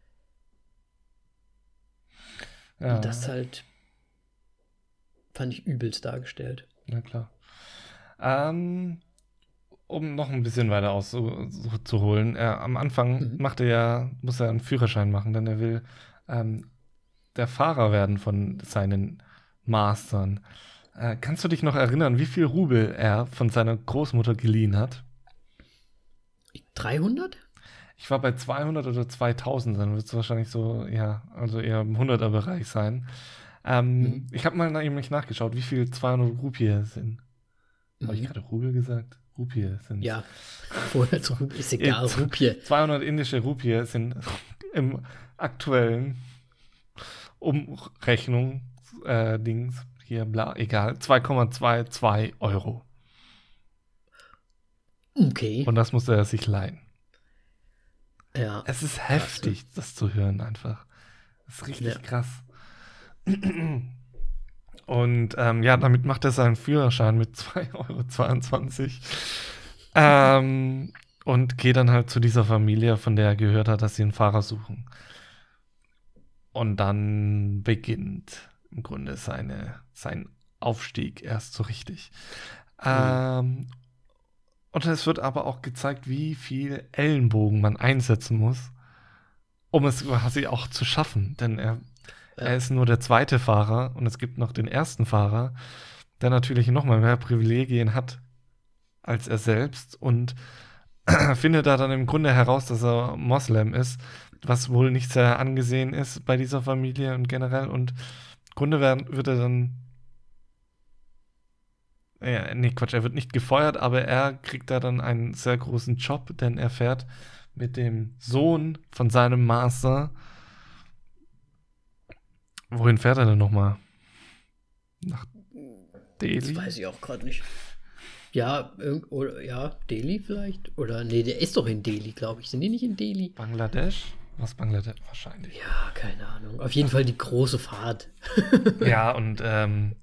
Speaker 2: Ja,
Speaker 1: Und das halt fand ich übelst dargestellt.
Speaker 2: na klar. Ähm, um noch ein bisschen weiter auszuholen, er, am Anfang
Speaker 1: Mhm.
Speaker 2: macht er ja, muss er einen Führerschein machen, denn er will ähm, der Fahrer werden von seinen Mastern. Äh, kannst du dich noch erinnern, wie viel Rubel er von seiner Großmutter geliehen hat?
Speaker 1: dreihundert?
Speaker 2: Ich war bei zweihundert oder zweitausend, dann wird es wahrscheinlich so, ja, also eher im hunderter-Bereich sein. Ähm,
Speaker 1: Mhm.
Speaker 2: Ich habe mal nämlich nachgeschaut, wie viel zweihundert Rupie sind. Habe ich
Speaker 1: Mhm.
Speaker 2: gerade Rubel gesagt? Rupie sind.
Speaker 1: Ja, vorher zu Rupie, ist egal,
Speaker 2: Jetzt.
Speaker 1: Rupie.
Speaker 2: zweihundert indische Rupie sind im aktuellen Umrechnung äh, Dings hier bla egal zwei Komma zweiundzwanzig Euro
Speaker 1: Okay.
Speaker 2: und das musste er sich leihen.
Speaker 1: Ja.
Speaker 2: Es ist heftig, das zu hören einfach. Das ist richtig
Speaker 1: Ja.
Speaker 2: krass. Und ähm, ja, damit macht er seinen Führerschein mit zwei Euro zweiundzwanzig. ähm, und geht dann halt zu dieser Familie, von der er gehört hat, dass sie einen Fahrer suchen. Und dann beginnt im Grunde seine, sein Aufstieg erst so richtig. Ähm, und es wird aber auch gezeigt, wie viel Ellenbogen man einsetzen muss, um es quasi auch zu schaffen. Denn er,
Speaker 1: Ja.
Speaker 2: er ist nur der zweite Fahrer und es gibt noch den ersten Fahrer, der natürlich noch mal mehr Privilegien hat als er selbst und findet da dann im Grunde heraus, dass er Moslem ist, was wohl nicht sehr angesehen ist bei dieser Familie und generell. Und im Grunde werden, wird er dann ja, nee, Quatsch, er wird nicht gefeuert, aber er kriegt da dann einen sehr großen Job, denn er fährt mit dem Sohn von seinem Master. Wohin fährt er denn nochmal? Nach Delhi?
Speaker 1: Das weiß ich auch gerade nicht. Ja, irg- oder ja, Delhi vielleicht? Oder nee, der ist doch in Delhi, glaube ich. Sind die nicht in Delhi?
Speaker 2: Bangladesch? Was Bangladesch? Wahrscheinlich.
Speaker 1: Ja, keine Ahnung. Auf jeden Fall die große Fahrt.
Speaker 2: Ja, und ähm,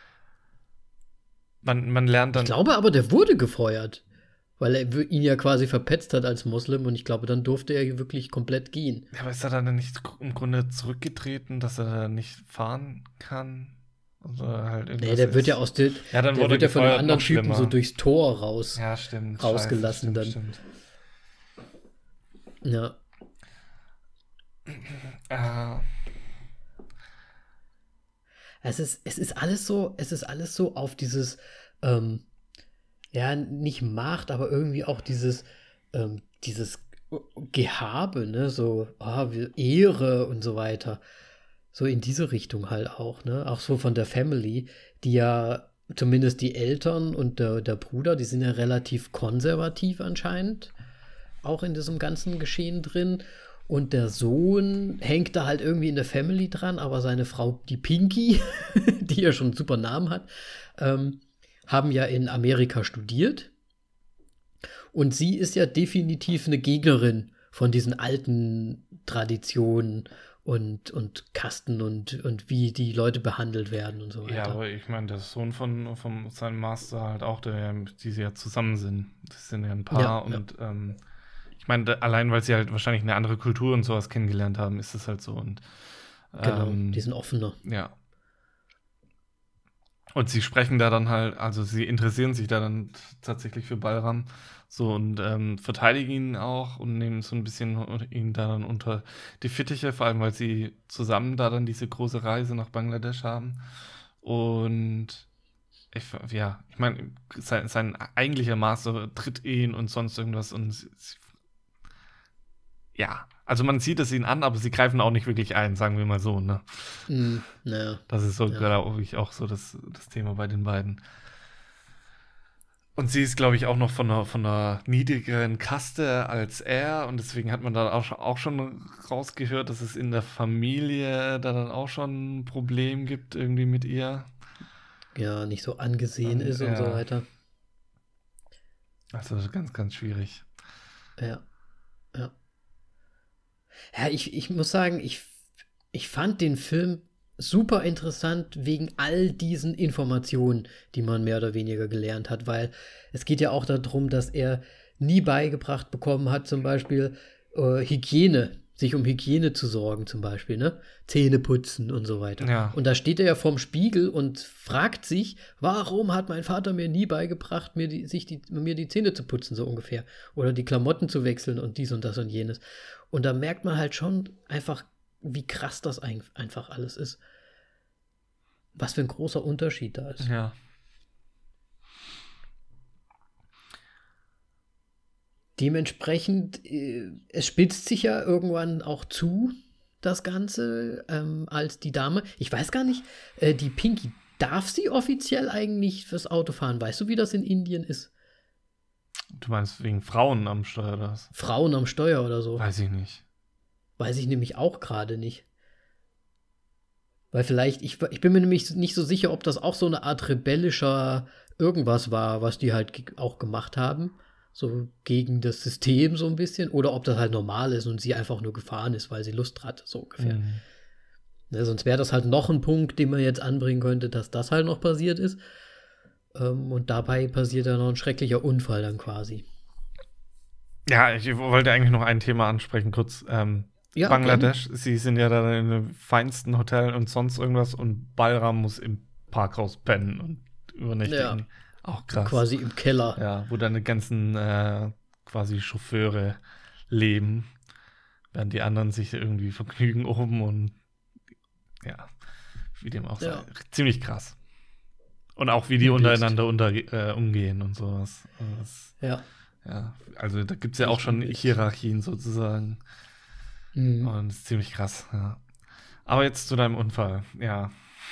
Speaker 2: man, man lernt dann.
Speaker 1: Ich glaube aber, der wurde gefeuert. Weil er w- ihn ja quasi verpetzt hat als Moslem und ich glaube, dann durfte er wirklich komplett gehen.
Speaker 2: Ja, aber ist er dann nicht im Grunde zurückgetreten, dass er da nicht fahren kann? Also halt
Speaker 1: Nee, der wird
Speaker 2: ist.
Speaker 1: ja aus der,
Speaker 2: Ja, dann
Speaker 1: der
Speaker 2: wurde
Speaker 1: wird ja von einem
Speaker 2: gefeuert,
Speaker 1: anderen
Speaker 2: noch
Speaker 1: Typen
Speaker 2: schlimmer.
Speaker 1: so durchs Tor raus.
Speaker 2: Ja, stimmt.
Speaker 1: rausgelassen
Speaker 2: Scheiße,
Speaker 1: dann.
Speaker 2: stimmt,
Speaker 1: Ja.
Speaker 2: stimmt. Äh,
Speaker 1: Es ist, es ist alles so, es ist alles so auf dieses, ähm, ja, nicht Macht, aber irgendwie auch dieses, ähm, dieses Gehabe, ne, so, ah, wir- Ehre und so weiter. So in diese Richtung halt auch, ne? Auch so von der Family, die ja, zumindest die Eltern und der, der Bruder, die sind ja relativ konservativ anscheinend, auch in diesem ganzen Geschehen drin. Und der Sohn hängt da halt irgendwie in der Family dran, aber seine Frau, die Pinky, die ja schon einen super Namen hat, ähm, haben ja in Amerika studiert. Und sie ist ja definitiv eine Gegnerin von diesen alten Traditionen und, und Kasten und, und wie die Leute behandelt werden und so weiter.
Speaker 2: ja, aber ich meine, der Sohn von, von seinem Master halt auch, der, die sie ja zusammen sind. Das sind ja ein Paar
Speaker 1: Ja,
Speaker 2: und ähm, ich meine, da- allein weil sie halt wahrscheinlich eine andere Kultur und sowas kennengelernt haben, ist es halt so. Und
Speaker 1: Genau,
Speaker 2: ähm,
Speaker 1: die sind offener.
Speaker 2: ja. Und sie sprechen da dann halt, also sie interessieren sich da dann t- tatsächlich für Balram so und ähm, verteidigen ihn auch und nehmen so ein bisschen ihn da dann unter die Fittiche, vor allem weil sie zusammen da dann diese große Reise nach Bangladesch haben. Und ich, ja, ich meine, sein, sein eigentlicher Master tritt ihn und sonst irgendwas und sie, sie, ja, also man sieht es ihnen an, aber sie greifen auch nicht wirklich ein, sagen wir mal so, ne?
Speaker 1: Hm, naja.
Speaker 2: Das ist so,
Speaker 1: Ja.
Speaker 2: glaube ich, auch so das, das Thema bei den beiden. Und sie ist, glaube ich, auch noch von einer, von einer niedrigeren Kaste als er. Und deswegen hat man da auch, schon- auch schon rausgehört, dass es in der Familie da dann auch schon ein Problem gibt irgendwie mit ihr.
Speaker 1: Ja, nicht so angesehen
Speaker 2: Und,
Speaker 1: ist und so
Speaker 2: ja.
Speaker 1: weiter.
Speaker 2: Also ganz, ganz schwierig.
Speaker 1: Ja. Ja. Ja, ich, ich muss sagen, ich, ich fand den Film super interessant wegen all diesen Informationen, die man mehr oder weniger gelernt hat, weil es geht ja auch darum, dass er nie beigebracht bekommen hat, zum Beispiel äh, Hygiene, sich um Hygiene zu sorgen, zum Beispiel, ne? Zähne putzen und so weiter.
Speaker 2: Ja.
Speaker 1: Und da steht er ja vorm Spiegel und fragt sich, warum hat mein Vater mir nie beigebracht, mir die, sich die, mir die Zähne zu putzen, so ungefähr. Oder die Klamotten zu wechseln und dies und das und jenes. Und da merkt man halt schon einfach, wie krass das ein, einfach alles ist. Was für ein großer Unterschied da ist.
Speaker 2: Ja.
Speaker 1: Dementsprechend, äh, es spitzt sich ja irgendwann auch zu, das Ganze, ähm, als die Dame. Ich weiß gar nicht, äh, die Pinky, darf sie offiziell eigentlich fürs Auto fahren? Weißt du, wie das in Indien ist?
Speaker 2: Du meinst wegen Frauen am Steuer oder was?
Speaker 1: Frauen am Steuer oder so?
Speaker 2: Weiß ich nicht.
Speaker 1: Weiß ich nämlich auch gerade nicht. Weil vielleicht, ich, ich bin mir nämlich nicht so sicher, ob das auch so eine Art rebellischer irgendwas war, was die halt ge- auch gemacht haben. So gegen das System so ein bisschen. Oder ob das halt normal ist und sie einfach nur gefahren ist, weil sie Lust hatte, so ungefähr.
Speaker 2: Mhm.
Speaker 1: Ne, sonst wäre das halt noch ein Punkt, den man jetzt anbringen könnte, dass das halt noch passiert ist. Ähm, und dabei passiert dann noch ein schrecklicher Unfall dann quasi.
Speaker 2: Ja, ich wollte eigentlich noch ein Thema ansprechen, kurz. Ähm,
Speaker 1: Ja,
Speaker 2: Bangladesch, sie sind ja da in den feinsten Hotels und sonst irgendwas und Balram muss im Parkhaus pennen und übernächtigen.
Speaker 1: Ja.
Speaker 2: Auch krass.
Speaker 1: Quasi im Keller.
Speaker 2: Ja, wo dann die ganzen äh, quasi Chauffeure leben, während die anderen sich irgendwie vergnügen oben und ja, wie dem auch sei.
Speaker 1: Ja.
Speaker 2: Ziemlich krass. Und auch wie die
Speaker 1: Übelst.
Speaker 2: untereinander unter, äh, umgehen und sowas. Also das,
Speaker 1: Ja.
Speaker 2: ja, also da gibt es ja auch schon
Speaker 1: Übelst.
Speaker 2: Hierarchien sozusagen.
Speaker 1: Mhm.
Speaker 2: Und das ist ziemlich krass, ja. Aber jetzt zu deinem Unfall, ja.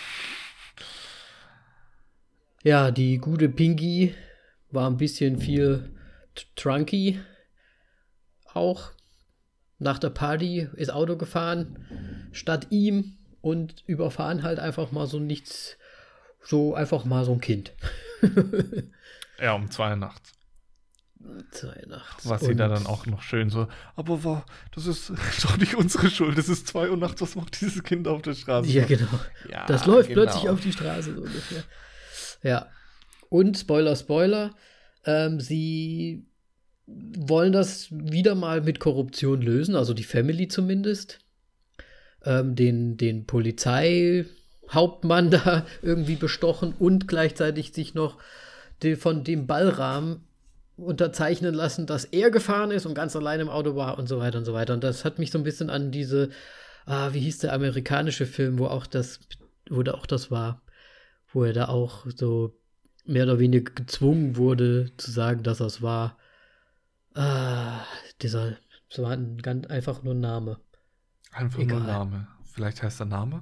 Speaker 1: Ja, die gute Pinky war ein bisschen viel t- trunky auch. Nach der Party ist Auto gefahren, statt ihm und überfahren halt einfach mal so nichts, so einfach mal so ein Kind.
Speaker 2: Ja, um zwei Uhr nachts.
Speaker 1: Zwei nachts.
Speaker 2: Was sie
Speaker 1: Und-
Speaker 2: da dann auch noch schön so, aber war, das ist doch nicht unsere Schuld, es ist zwei Uhr nachts, was macht dieses Kind auf der Straße?
Speaker 1: Ja, genau.
Speaker 2: Ja,
Speaker 1: Das läuft
Speaker 2: genau.
Speaker 1: plötzlich auf die Straße so ungefähr. Ja. Und Spoiler, Spoiler, ähm, sie wollen das wieder mal mit Korruption lösen, also die Family zumindest. Ähm, den, den Polizeichef Hauptmann da irgendwie bestochen und gleichzeitig sich noch die, von dem Ballrahmen unterzeichnen lassen, dass er gefahren ist und ganz allein im Auto war und so weiter und so weiter. Und das hat mich so ein bisschen an diese, ah, wie hieß der amerikanische Film, wo auch das, wo da auch das war, wo er da auch so mehr oder weniger gezwungen wurde, zu sagen, dass das war. Ah, dieser, das war ein, ganz einfach nur ein Name.
Speaker 2: Einfach
Speaker 1: Egal.
Speaker 2: nur ein Name. Vielleicht heißt der Name?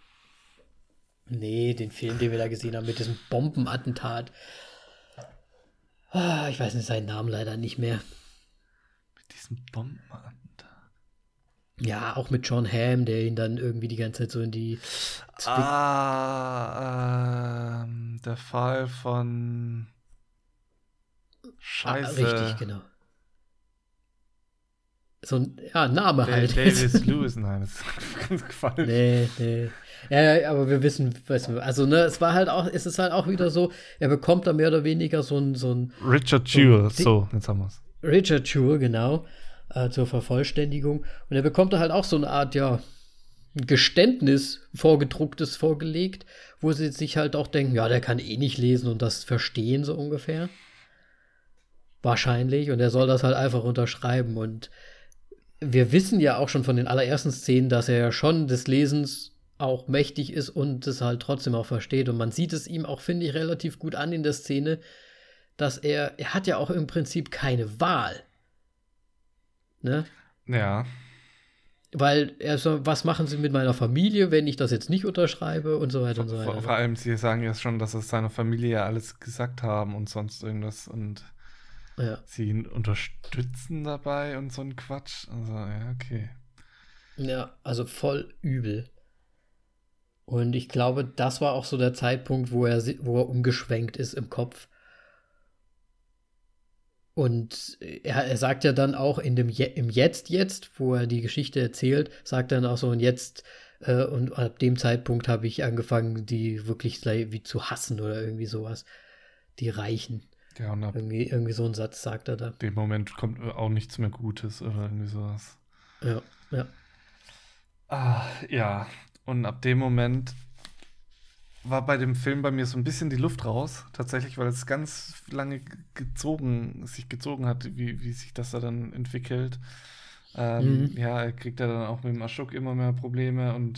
Speaker 1: Nee, den Film, den wir da gesehen haben mit diesem Bombenattentat. Ah, ich weiß nicht seinen Namen leider nicht mehr.
Speaker 2: Mit diesem Bombenattentat.
Speaker 1: Ja, auch mit John Hamm, der ihn dann irgendwie die ganze Zeit so in die Zwick-
Speaker 2: Ah, ähm, der Fall von Scheiße.
Speaker 1: Ah, richtig, genau. So ein ja, Name
Speaker 2: Da-
Speaker 1: halt.
Speaker 2: Davis Lewis, nein, das ist ganz falsch.
Speaker 1: Nee, nee. Ja, ja, aber wir wissen, was wir, also ne, es war halt auch, es ist halt auch wieder so, er bekommt da mehr oder weniger so ein, so ein
Speaker 2: Richard Jewell,
Speaker 1: So,
Speaker 2: so, jetzt haben wir es.
Speaker 1: Richard Jewell, genau, äh, zur Vervollständigung. Und er bekommt da halt auch so eine Art, ja, ein Geständnis vorgedrucktes vorgelegt, wo sie sich halt auch denken, ja, der kann eh nicht lesen und das verstehen, so ungefähr. Wahrscheinlich. Und er soll das halt einfach unterschreiben. Und wir wissen ja auch schon von den allerersten Szenen, dass er ja schon des Lesens auch mächtig ist und es halt trotzdem auch versteht. Und man sieht es ihm auch, finde ich, relativ gut an in der Szene, dass er, er hat ja auch im Prinzip keine Wahl. Ne?
Speaker 2: Ja,
Speaker 1: Weil er so, was machen sie mit meiner Familie, wenn ich das jetzt nicht unterschreibe und so weiter und so
Speaker 2: vor,
Speaker 1: weiter.
Speaker 2: vor allem, sie sagen ja schon, dass es seiner Familie ja alles gesagt haben und sonst irgendwas und
Speaker 1: Ja.
Speaker 2: sie ihn unterstützen dabei und so ein Quatsch. Also, ja, okay.
Speaker 1: Ja, also voll übel. Und ich glaube, das war auch so der Zeitpunkt, wo er, si- wo er umgeschwenkt ist im Kopf. Und er, er sagt ja dann auch in dem Je im Jetzt jetzt, wo er die Geschichte erzählt, sagt dann auch so, und jetzt, äh, und ab dem Zeitpunkt habe ich angefangen, die wirklich wie zu hassen oder irgendwie sowas. Die Reichen.
Speaker 2: Ja, und ab
Speaker 1: Irgendwie, irgendwie so ein Satz sagt er da.
Speaker 2: dem Moment kommt auch nichts mehr Gutes oder irgendwie sowas.
Speaker 1: Ja, ja.
Speaker 2: Ah, ja. Und ab dem Moment war bei dem Film bei mir so ein bisschen die Luft raus, tatsächlich, weil es ganz lange ge- gezogen, sich gezogen hat, wie, wie sich das da dann entwickelt. Ähm,
Speaker 1: Mhm.
Speaker 2: Ja, er kriegt ja dann auch mit dem Aschuk immer mehr Probleme und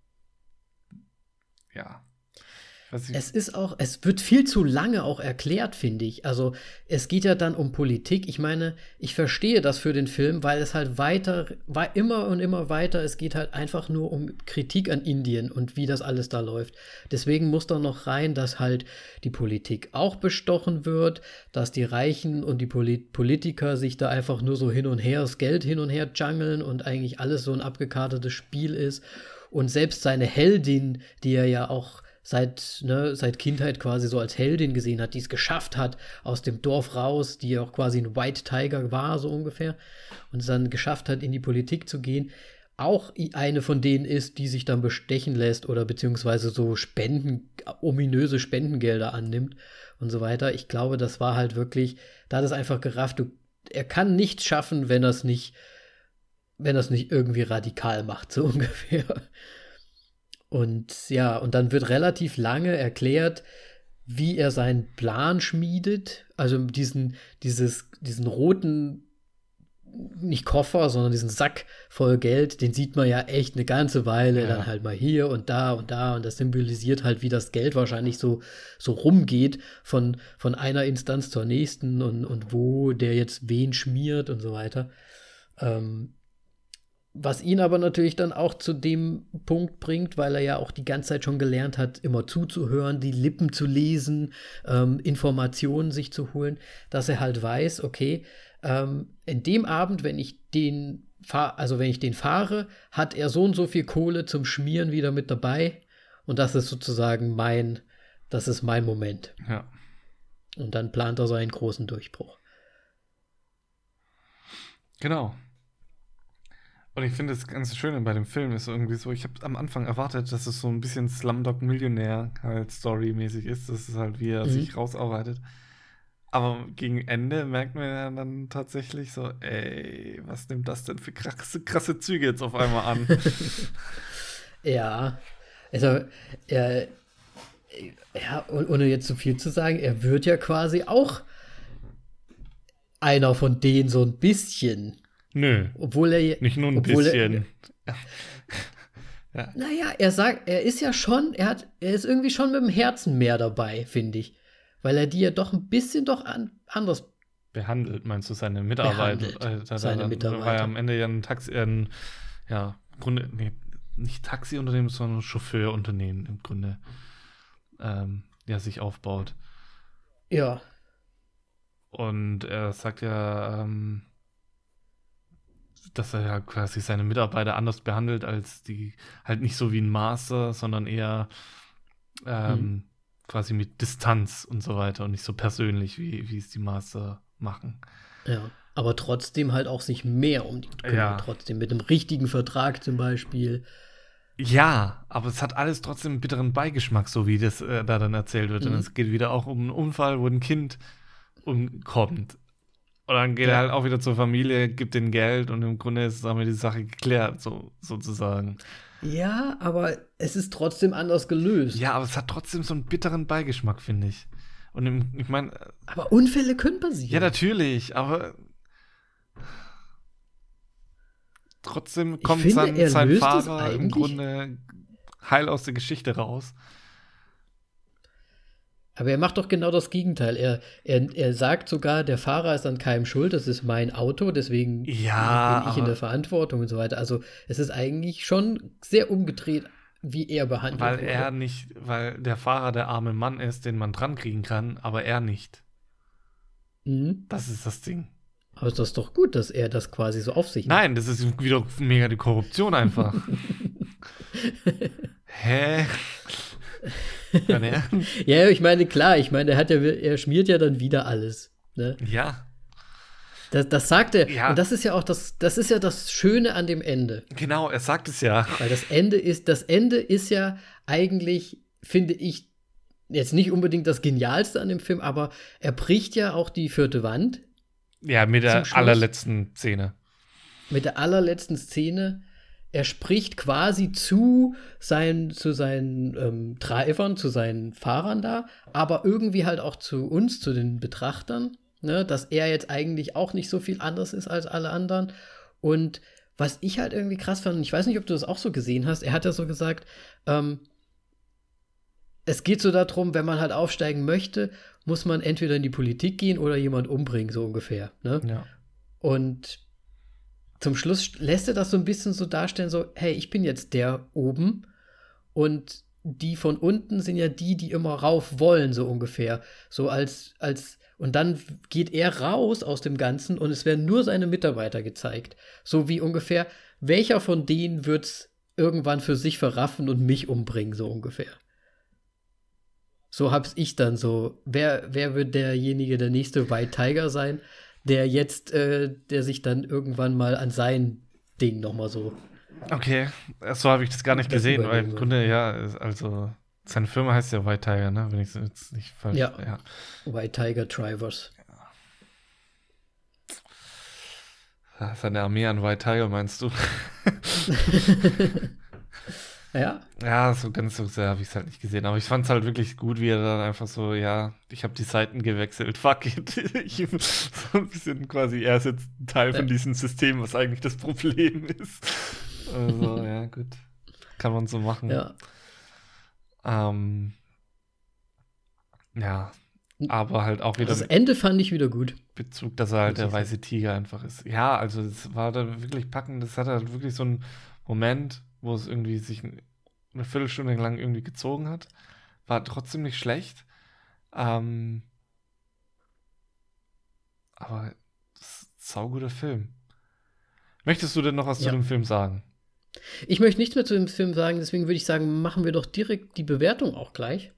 Speaker 2: ja. Ich weiß nicht,
Speaker 1: Es ist auch, es wird viel zu lange auch erklärt, finde ich. Also es geht ja dann um Politik. Ich meine, ich verstehe das für den Film, weil es halt weiter, war immer und immer weiter, es geht halt einfach nur um Kritik an Indien und wie das alles da läuft. Deswegen muss da noch rein, dass halt die Politik auch bestochen wird, dass die Reichen und die Polit Politiker sich da einfach nur so hin und her, das Geld hin und her jungeln und eigentlich alles so ein abgekartetes Spiel ist. Und selbst seine Heldin, die er ja auch seit, ne, seit Kindheit quasi so als Heldin gesehen hat, die es geschafft hat, aus dem Dorf raus, die ja auch quasi ein White Tiger war, so ungefähr, und es dann geschafft hat, in die Politik zu gehen, auch i- eine von denen ist, die sich dann bestechen lässt oder beziehungsweise so Spenden, ominöse Spendengelder annimmt und so weiter. Ich glaube, das war halt wirklich, da hat es einfach gerafft, du, er kann nichts schaffen, wenn er es nicht, wenn er es nicht irgendwie radikal macht, so ungefähr. Und ja, und dann wird relativ lange erklärt, wie er seinen Plan schmiedet. Also diesen, dieses, diesen roten, nicht Koffer, sondern diesen Sack voll Geld, den sieht man ja echt eine ganze Weile,
Speaker 2: Ja.
Speaker 1: dann halt mal hier und da und da. Und das symbolisiert halt, wie das Geld wahrscheinlich so, so rumgeht von, von einer Instanz zur nächsten und, und wo der jetzt wen schmiert und so weiter. Ähm, Was ihn aber natürlich dann auch zu dem Punkt bringt, weil er ja auch die ganze Zeit schon gelernt hat, immer zuzuhören, die Lippen zu lesen, ähm, Informationen sich zu holen, dass er halt weiß, okay, ähm, in dem Abend, wenn ich den fahr also wenn ich den fahre, hat er so und so viel Kohle zum Schmieren wieder mit dabei und das ist sozusagen mein, das ist mein Moment.
Speaker 2: ja.
Speaker 1: Und dann plant er seinen großen Durchbruch.
Speaker 2: Genau. Und ich finde das ganz Schöne bei dem Film ist irgendwie so, ich habe am Anfang erwartet, dass es so ein bisschen Slumdog Millionär halt storymäßig ist, dass es halt wie er
Speaker 1: Mhm.
Speaker 2: sich rausarbeitet. Aber gegen Ende merkt man ja dann tatsächlich so, ey, was nimmt das denn für krasse, krasse Züge jetzt auf einmal an?
Speaker 1: Ja, Also, er, ja, ohne jetzt zu viel zu sagen, er wird ja quasi auch einer von denen so ein bisschen.
Speaker 2: Nö.
Speaker 1: Obwohl er
Speaker 2: nicht nur ein
Speaker 1: obwohl
Speaker 2: bisschen.
Speaker 1: Er,
Speaker 2: ja.
Speaker 1: Naja, er sagt, er ist ja schon, er hat, er ist irgendwie schon mit dem Herzen mehr dabei, finde ich. Weil er die ja doch ein bisschen doch an, anders
Speaker 2: behandelt, meinst du, seine Mitarbeiter?
Speaker 1: Behandelt,
Speaker 2: Äh, da,
Speaker 1: seine
Speaker 2: da,
Speaker 1: Mitarbeiter.
Speaker 2: War ja am Ende ja ein Taxi, äh, ein, ja, im Grunde, nee, nicht Taxiunternehmen, sondern ein Chauffeurunternehmen im Grunde, ähm, ja, sich aufbaut.
Speaker 1: Ja.
Speaker 2: Und er sagt ja, ähm, dass er ja quasi seine Mitarbeiter anders behandelt als die, halt nicht so wie ein Master, sondern eher ähm, hm. quasi mit Distanz und so weiter und nicht so persönlich, wie, wie es die Master machen.
Speaker 1: Ja, aber trotzdem halt auch sich mehr um die kümmern,
Speaker 2: ja.
Speaker 1: trotzdem mit einem richtigen Vertrag zum Beispiel.
Speaker 2: Ja, aber es hat alles trotzdem einen bitteren Beigeschmack, so wie das äh, da dann erzählt wird. Mhm. Und es geht wieder auch um einen Unfall, wo ein Kind umkommt. Und dann geht ja. er halt auch wieder zur Familie, gibt denen Geld und im Grunde ist damit die Sache geklärt, so, sozusagen.
Speaker 1: Ja, aber es ist trotzdem anders gelöst.
Speaker 2: Ja, aber es hat trotzdem so einen bitteren Beigeschmack, finde ich. Und im, ich meine.
Speaker 1: Aber Unfälle können passieren.
Speaker 2: Ja, natürlich, aber trotzdem kommt
Speaker 1: finde,
Speaker 2: sein, sein Fahrer
Speaker 1: im
Speaker 2: Grunde heil aus der Geschichte raus.
Speaker 1: Aber er macht doch genau das Gegenteil. Er, er, er sagt sogar, der Fahrer ist an keinem schuld, das ist mein Auto, deswegen
Speaker 2: ja,
Speaker 1: bin ich in der Verantwortung und so weiter. Also es ist eigentlich schon sehr umgedreht, wie er behandelt
Speaker 2: weil
Speaker 1: wurde.
Speaker 2: Weil er nicht, weil der Fahrer der arme Mann ist, den man dran kriegen kann, aber er nicht.
Speaker 1: Mhm.
Speaker 2: Das ist das Ding.
Speaker 1: Aber ist das doch gut, dass er das quasi so auf sich nimmt.
Speaker 2: Nein, das ist wieder mega die Korruption einfach. Hä?
Speaker 1: Ja, ne? Ja, ich meine, klar, ich meine, er hat ja, er schmiert ja dann wieder alles. Ne?
Speaker 2: Ja.
Speaker 1: Das, das sagt er.
Speaker 2: Ja.
Speaker 1: Und das ist ja auch das, das ist ja das Schöne an dem Ende.
Speaker 2: Genau, er sagt es ja.
Speaker 1: Weil das Ende ist, das Ende ist ja eigentlich, finde ich, jetzt nicht unbedingt das Genialste an dem Film, aber er bricht ja auch die vierte Wand.
Speaker 2: Ja, mit der allerletzten Szene.
Speaker 1: Mit der allerletzten Szene. Er spricht quasi zu seinen, zu seinen ähm, Drivern, zu seinen Fahrern da, aber irgendwie halt auch zu uns, zu den Betrachtern, ne, dass er jetzt eigentlich auch nicht so viel anders ist als alle anderen. Und was ich halt irgendwie krass fand, und ich weiß nicht, ob du das auch so gesehen hast, er hat ja so gesagt, ähm, es geht so darum, wenn man halt aufsteigen möchte, muss man entweder in die Politik gehen oder jemand umbringen, so ungefähr. Ne?
Speaker 2: Ja.
Speaker 1: Und zum Schluss lässt er das so ein bisschen so darstellen, so, hey, ich bin jetzt der oben und die von unten sind ja die, die immer rauf wollen, so ungefähr. So als, als, und dann geht er raus aus dem Ganzen und es werden nur seine Mitarbeiter gezeigt. So wie ungefähr, welcher von denen wird's irgendwann für sich verraffen und mich umbringen, so ungefähr. So hab's ich dann so, wer, wer wird derjenige, der nächste White Tiger sein, der jetzt, äh, der sich dann irgendwann mal an sein Ding nochmal so.
Speaker 2: Okay, so habe ich das gar nicht gesehen, weil im Grunde, ja, also seine Firma heißt ja White Tiger, ne? Wenn ich es jetzt nicht falsch.
Speaker 1: Ja,
Speaker 2: ja.
Speaker 1: White Tiger Drivers.
Speaker 2: Ja. Seine Armee an White Tiger, meinst du?
Speaker 1: Ja.
Speaker 2: Ja, so ganz so sehr habe ich es halt nicht gesehen. Aber ich fand es halt wirklich gut, wie er dann einfach so, ja, ich habe die Seiten gewechselt. Fuck it. Ich, so ein bisschen quasi, er ist jetzt ein Teil ja. von diesem System, was eigentlich das Problem ist. Also, ja, gut. Kann man so machen.
Speaker 1: Ja.
Speaker 2: Ähm, ja. Aber halt auch wieder.
Speaker 1: Das Ende fand ich wieder gut.
Speaker 2: Bezug, dass er halt der weiße Tiger einfach ist. Ja, also, das war da wirklich packend. Das hat halt wirklich so einen Moment, wo es irgendwie sich eine Viertelstunde lang irgendwie gezogen hat. War trotzdem nicht schlecht. Ähm, aber das ist ein sauguter Film. Möchtest du denn noch was ja. zu dem Film sagen?
Speaker 1: Ich möchte nichts mehr zu dem Film sagen, deswegen würde ich sagen, machen wir doch direkt die Bewertung auch gleich.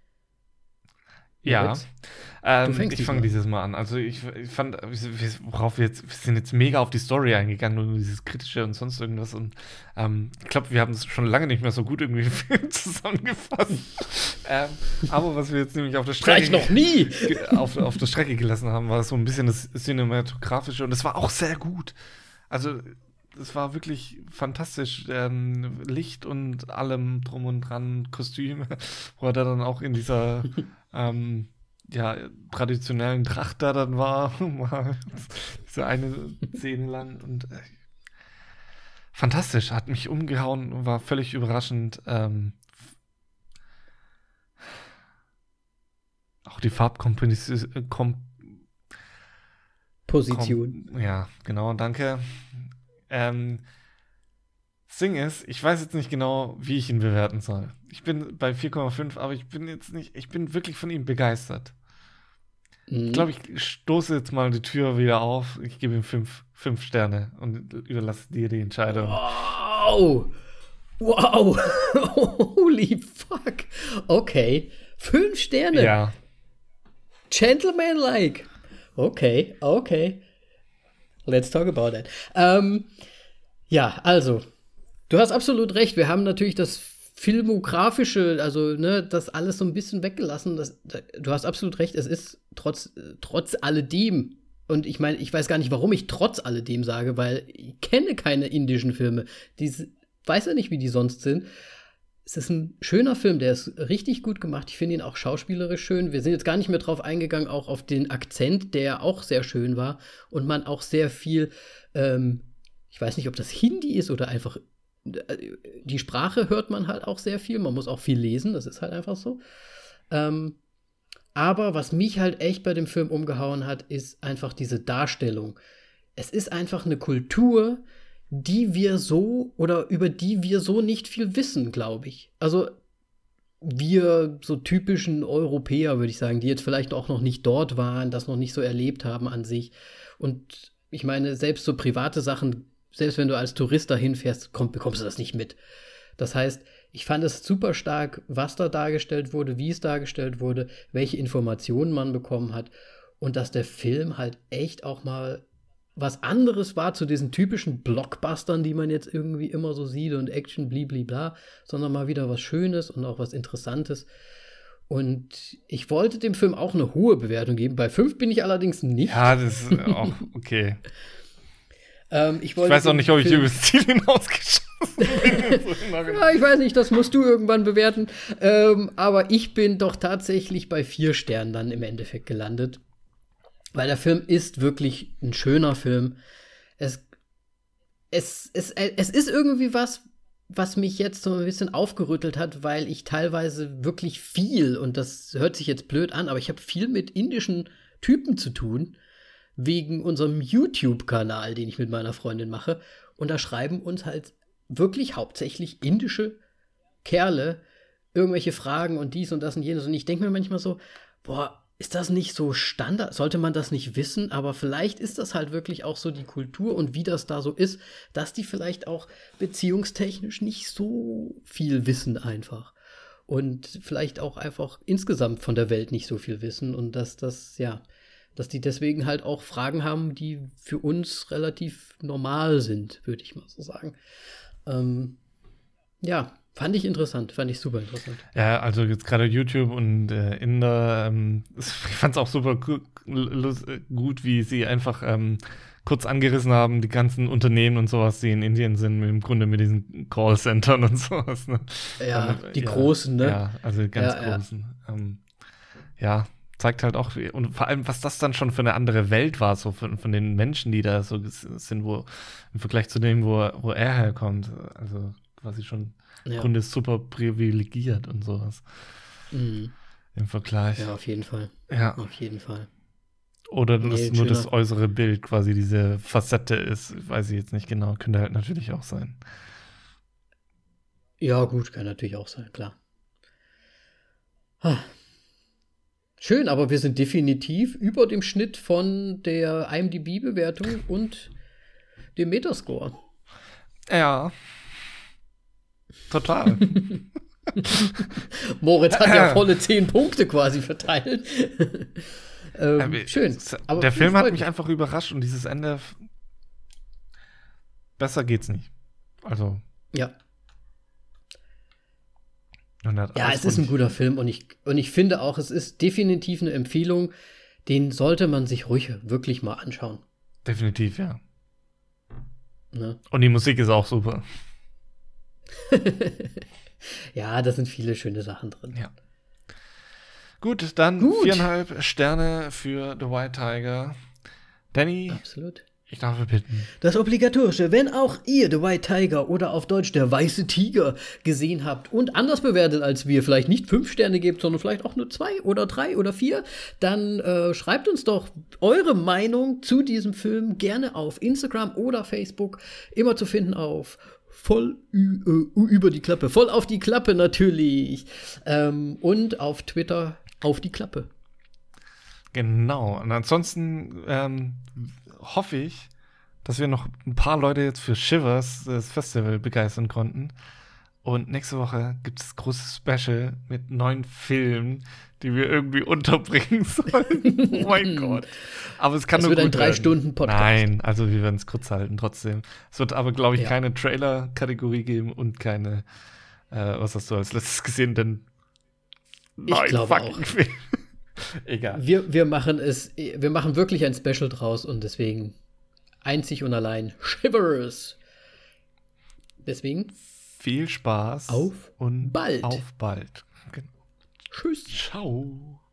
Speaker 2: Ja, ähm, ich fange dieses Mal an. Also ich, ich fand, worauf wir jetzt, wir sind jetzt mega auf die Story eingegangen und dieses Kritische und sonst irgendwas und ähm, ich glaube, wir haben es schon lange nicht mehr so gut irgendwie zusammengefasst. ähm, aber was wir jetzt nämlich auf der Strecke
Speaker 1: noch nie
Speaker 2: auf, auf der Strecke gelassen haben, war so ein bisschen das Cinematografische und das war auch sehr gut. Also es war wirklich fantastisch. Ähm, Licht und allem drum und dran, Kostüme, wo er dann auch in dieser ähm, ja, traditionellen Tracht da dann war. Diese eine Szene lang und äh, fantastisch, hat mich umgehauen, war völlig überraschend. Ähm, auch die Farbkomposition. Kom-
Speaker 1: Position.
Speaker 2: Kom- ja, genau, danke. Ähm, das Ding ist, ich weiß jetzt nicht genau, wie ich ihn bewerten soll. Ich bin bei vier Komma fünf, aber ich bin jetzt nicht, ich bin wirklich von ihm begeistert.
Speaker 1: Mhm.
Speaker 2: Ich glaube, ich stoße jetzt mal die Tür wieder auf. Ich gebe ihm fünf, fünf Sterne und überlasse dir die Entscheidung.
Speaker 1: Wow! Wow! Holy fuck! Okay. Fünf Sterne.
Speaker 2: Ja.
Speaker 1: Gentleman-like. Okay, okay. Let's talk about that. Ähm, ja, also, du hast absolut recht. Wir haben natürlich das Filmografische, also, ne, das alles so ein bisschen weggelassen. Das, du hast absolut recht. Es ist trotz, trotz alledem, und ich meine, ich weiß gar nicht, warum ich trotz alledem sage, weil ich kenne keine indischen Filme. Die weiß ja nicht, wie die sonst sind. Es ist ein schöner Film, der ist richtig gut gemacht. Ich finde ihn auch schauspielerisch schön. Wir sind jetzt gar nicht mehr drauf eingegangen, auch auf den Akzent, der auch sehr schön war. Und man auch sehr viel, ähm, ich weiß nicht, ob das Hindi ist oder einfach, die Sprache hört man halt auch sehr viel. Man muss auch viel lesen, das ist halt einfach so. Ähm, aber was mich halt echt bei dem Film umgehauen hat, ist einfach diese Darstellung. Es ist einfach eine Kultur, die wir so oder über die wir so nicht viel wissen, glaube ich. Also wir so typischen Europäer, würde ich sagen, die jetzt vielleicht auch noch nicht dort waren, das noch nicht so erlebt haben an sich. Und ich meine, selbst so private Sachen, selbst wenn du als Tourist dahin fährst, komm, bekommst du das nicht mit. Das heißt, ich fand es super stark, was da dargestellt wurde, wie es dargestellt wurde, welche Informationen man bekommen hat und dass der Film halt echt auch mal was anderes war zu diesen typischen Blockbustern, die man jetzt irgendwie immer so sieht und Action, bliblibla, sondern mal wieder was Schönes und auch was Interessantes. Und ich wollte dem Film auch eine hohe Bewertung geben. Bei fünf bin ich allerdings nicht.
Speaker 2: Ja, das ist auch okay.
Speaker 1: ähm, ich,
Speaker 2: ich weiß auch nicht, ob ich
Speaker 1: Film-
Speaker 2: über das Ziel hinausgeschossen bin.
Speaker 1: Ja, ich weiß nicht, das musst du irgendwann bewerten. Ähm, aber ich bin doch tatsächlich bei vier Sternen dann im Endeffekt gelandet. Weil der Film ist wirklich ein schöner Film. Es, es, es, es ist irgendwie was, was mich jetzt so ein bisschen aufgerüttelt hat, weil ich teilweise wirklich viel, und das hört sich jetzt blöd an, aber ich habe viel mit indischen Typen zu tun, wegen unserem YouTube-Kanal, den ich mit meiner Freundin mache. Und da schreiben uns halt wirklich hauptsächlich indische Kerle irgendwelche Fragen und dies und das und jenes. Und ich denke mir manchmal so, boah, ist das nicht so Standard? Sollte man das nicht wissen? Aber vielleicht ist das halt wirklich auch so die Kultur und wie das da so ist, dass die vielleicht auch beziehungstechnisch nicht so viel wissen einfach. Und vielleicht auch einfach insgesamt von der Welt nicht so viel wissen. Und dass das, ja, dass die deswegen halt auch Fragen haben, die für uns relativ normal sind, würde ich mal so sagen. Ähm, ja, fand ich interessant, fand ich super interessant.
Speaker 2: Ja, also jetzt gerade YouTube und äh, Inder, ähm, ich fand es auch super gu- lus- gut, wie sie einfach ähm, kurz angerissen haben, die ganzen Unternehmen und sowas, die in Indien sind, im Grunde mit diesen Callcentern und sowas. Ne?
Speaker 1: Ja,
Speaker 2: ähm,
Speaker 1: die
Speaker 2: ja,
Speaker 1: großen, ne?
Speaker 2: Ja, also die ganz
Speaker 1: Ja, ja.
Speaker 2: großen. Ähm, ja, zeigt halt auch, wie- und vor allem, was das dann schon für eine andere Welt war, so von, von den Menschen, die da so ges- sind, wo im Vergleich zu dem, wo, wo er herkommt, also quasi schon im
Speaker 1: Ja.
Speaker 2: Grunde super privilegiert und sowas
Speaker 1: Mhm.
Speaker 2: im Vergleich.
Speaker 1: Ja, auf jeden Fall.
Speaker 2: Ja.
Speaker 1: Auf jeden Fall.
Speaker 2: Oder
Speaker 1: Nee,
Speaker 2: dass
Speaker 1: ein
Speaker 2: nur das
Speaker 1: schöner-
Speaker 2: äußere Bild quasi diese Facette ist, weiß ich jetzt nicht genau, könnte halt natürlich auch sein.
Speaker 1: Ja, gut, kann natürlich auch sein, klar. Ah. Schön, aber wir sind definitiv über dem Schnitt von der IMDb-Bewertung und dem Metascore.
Speaker 2: Ja. Total.
Speaker 1: Moritz hat ja volle zehn Punkte quasi verteilt. ähm,
Speaker 2: Aber
Speaker 1: schön.
Speaker 2: es-
Speaker 1: Aber
Speaker 2: der Film hat
Speaker 1: freut
Speaker 2: mich einfach überrascht und dieses Ende, f- besser geht's nicht. Also,
Speaker 1: Ja,
Speaker 2: und hat
Speaker 1: ja
Speaker 2: alles
Speaker 1: es ist ein
Speaker 2: rund-
Speaker 1: guter Film und ich, und ich finde auch, es ist definitiv eine Empfehlung, den sollte man sich ruhig wirklich mal anschauen.
Speaker 2: Definitiv, ja.
Speaker 1: Ne?
Speaker 2: Und die Musik ist auch super.
Speaker 1: Ja, da sind viele schöne Sachen drin.
Speaker 2: Ja. Gut, dann
Speaker 1: Gut.
Speaker 2: viereinhalb Sterne für The White Tiger. Danny,
Speaker 1: Absolut.
Speaker 2: ich darf bitten.
Speaker 1: Das Obligatorische, wenn auch ihr The White Tiger oder auf Deutsch der Weiße Tiger gesehen habt und anders bewertet als wir, vielleicht nicht fünf Sterne gebt, sondern vielleicht auch nur zwei oder drei oder vier, dann äh, schreibt uns doch eure Meinung zu diesem Film gerne auf Instagram oder Facebook, immer zu finden auf voll ü- äh, über die Klappe, voll auf die Klappe natürlich, ähm, und auf Twitter auf die Klappe.
Speaker 2: Genau. Und ansonsten ähm, hoffe ich, dass wir noch ein paar Leute jetzt für Shivers, das Festival, begeistern konnten. Und nächste Woche gibt es großes Special mit neuen Filmen, die wir irgendwie unterbringen sollen. Oh mein Gott. Aber es kann
Speaker 1: Das
Speaker 2: nur
Speaker 1: wird ein
Speaker 2: gut
Speaker 1: drei
Speaker 2: werden.
Speaker 1: Stunden Podcast.
Speaker 2: Nein, also wir werden es kurz halten trotzdem. Es wird aber, glaube ich,
Speaker 1: Ja.
Speaker 2: keine Trailer-Kategorie geben und keine, äh, was hast du als letztes gesehen, denn neun
Speaker 1: glaube
Speaker 2: fucking
Speaker 1: auch.
Speaker 2: Filme. Egal.
Speaker 1: Wir, wir machen es, wir machen wirklich ein Special draus und deswegen einzig und allein Shivers. Deswegen
Speaker 2: Viel Spaß
Speaker 1: Auf
Speaker 2: und
Speaker 1: bald.
Speaker 2: auf bald.
Speaker 1: tschüss.
Speaker 2: Ciao.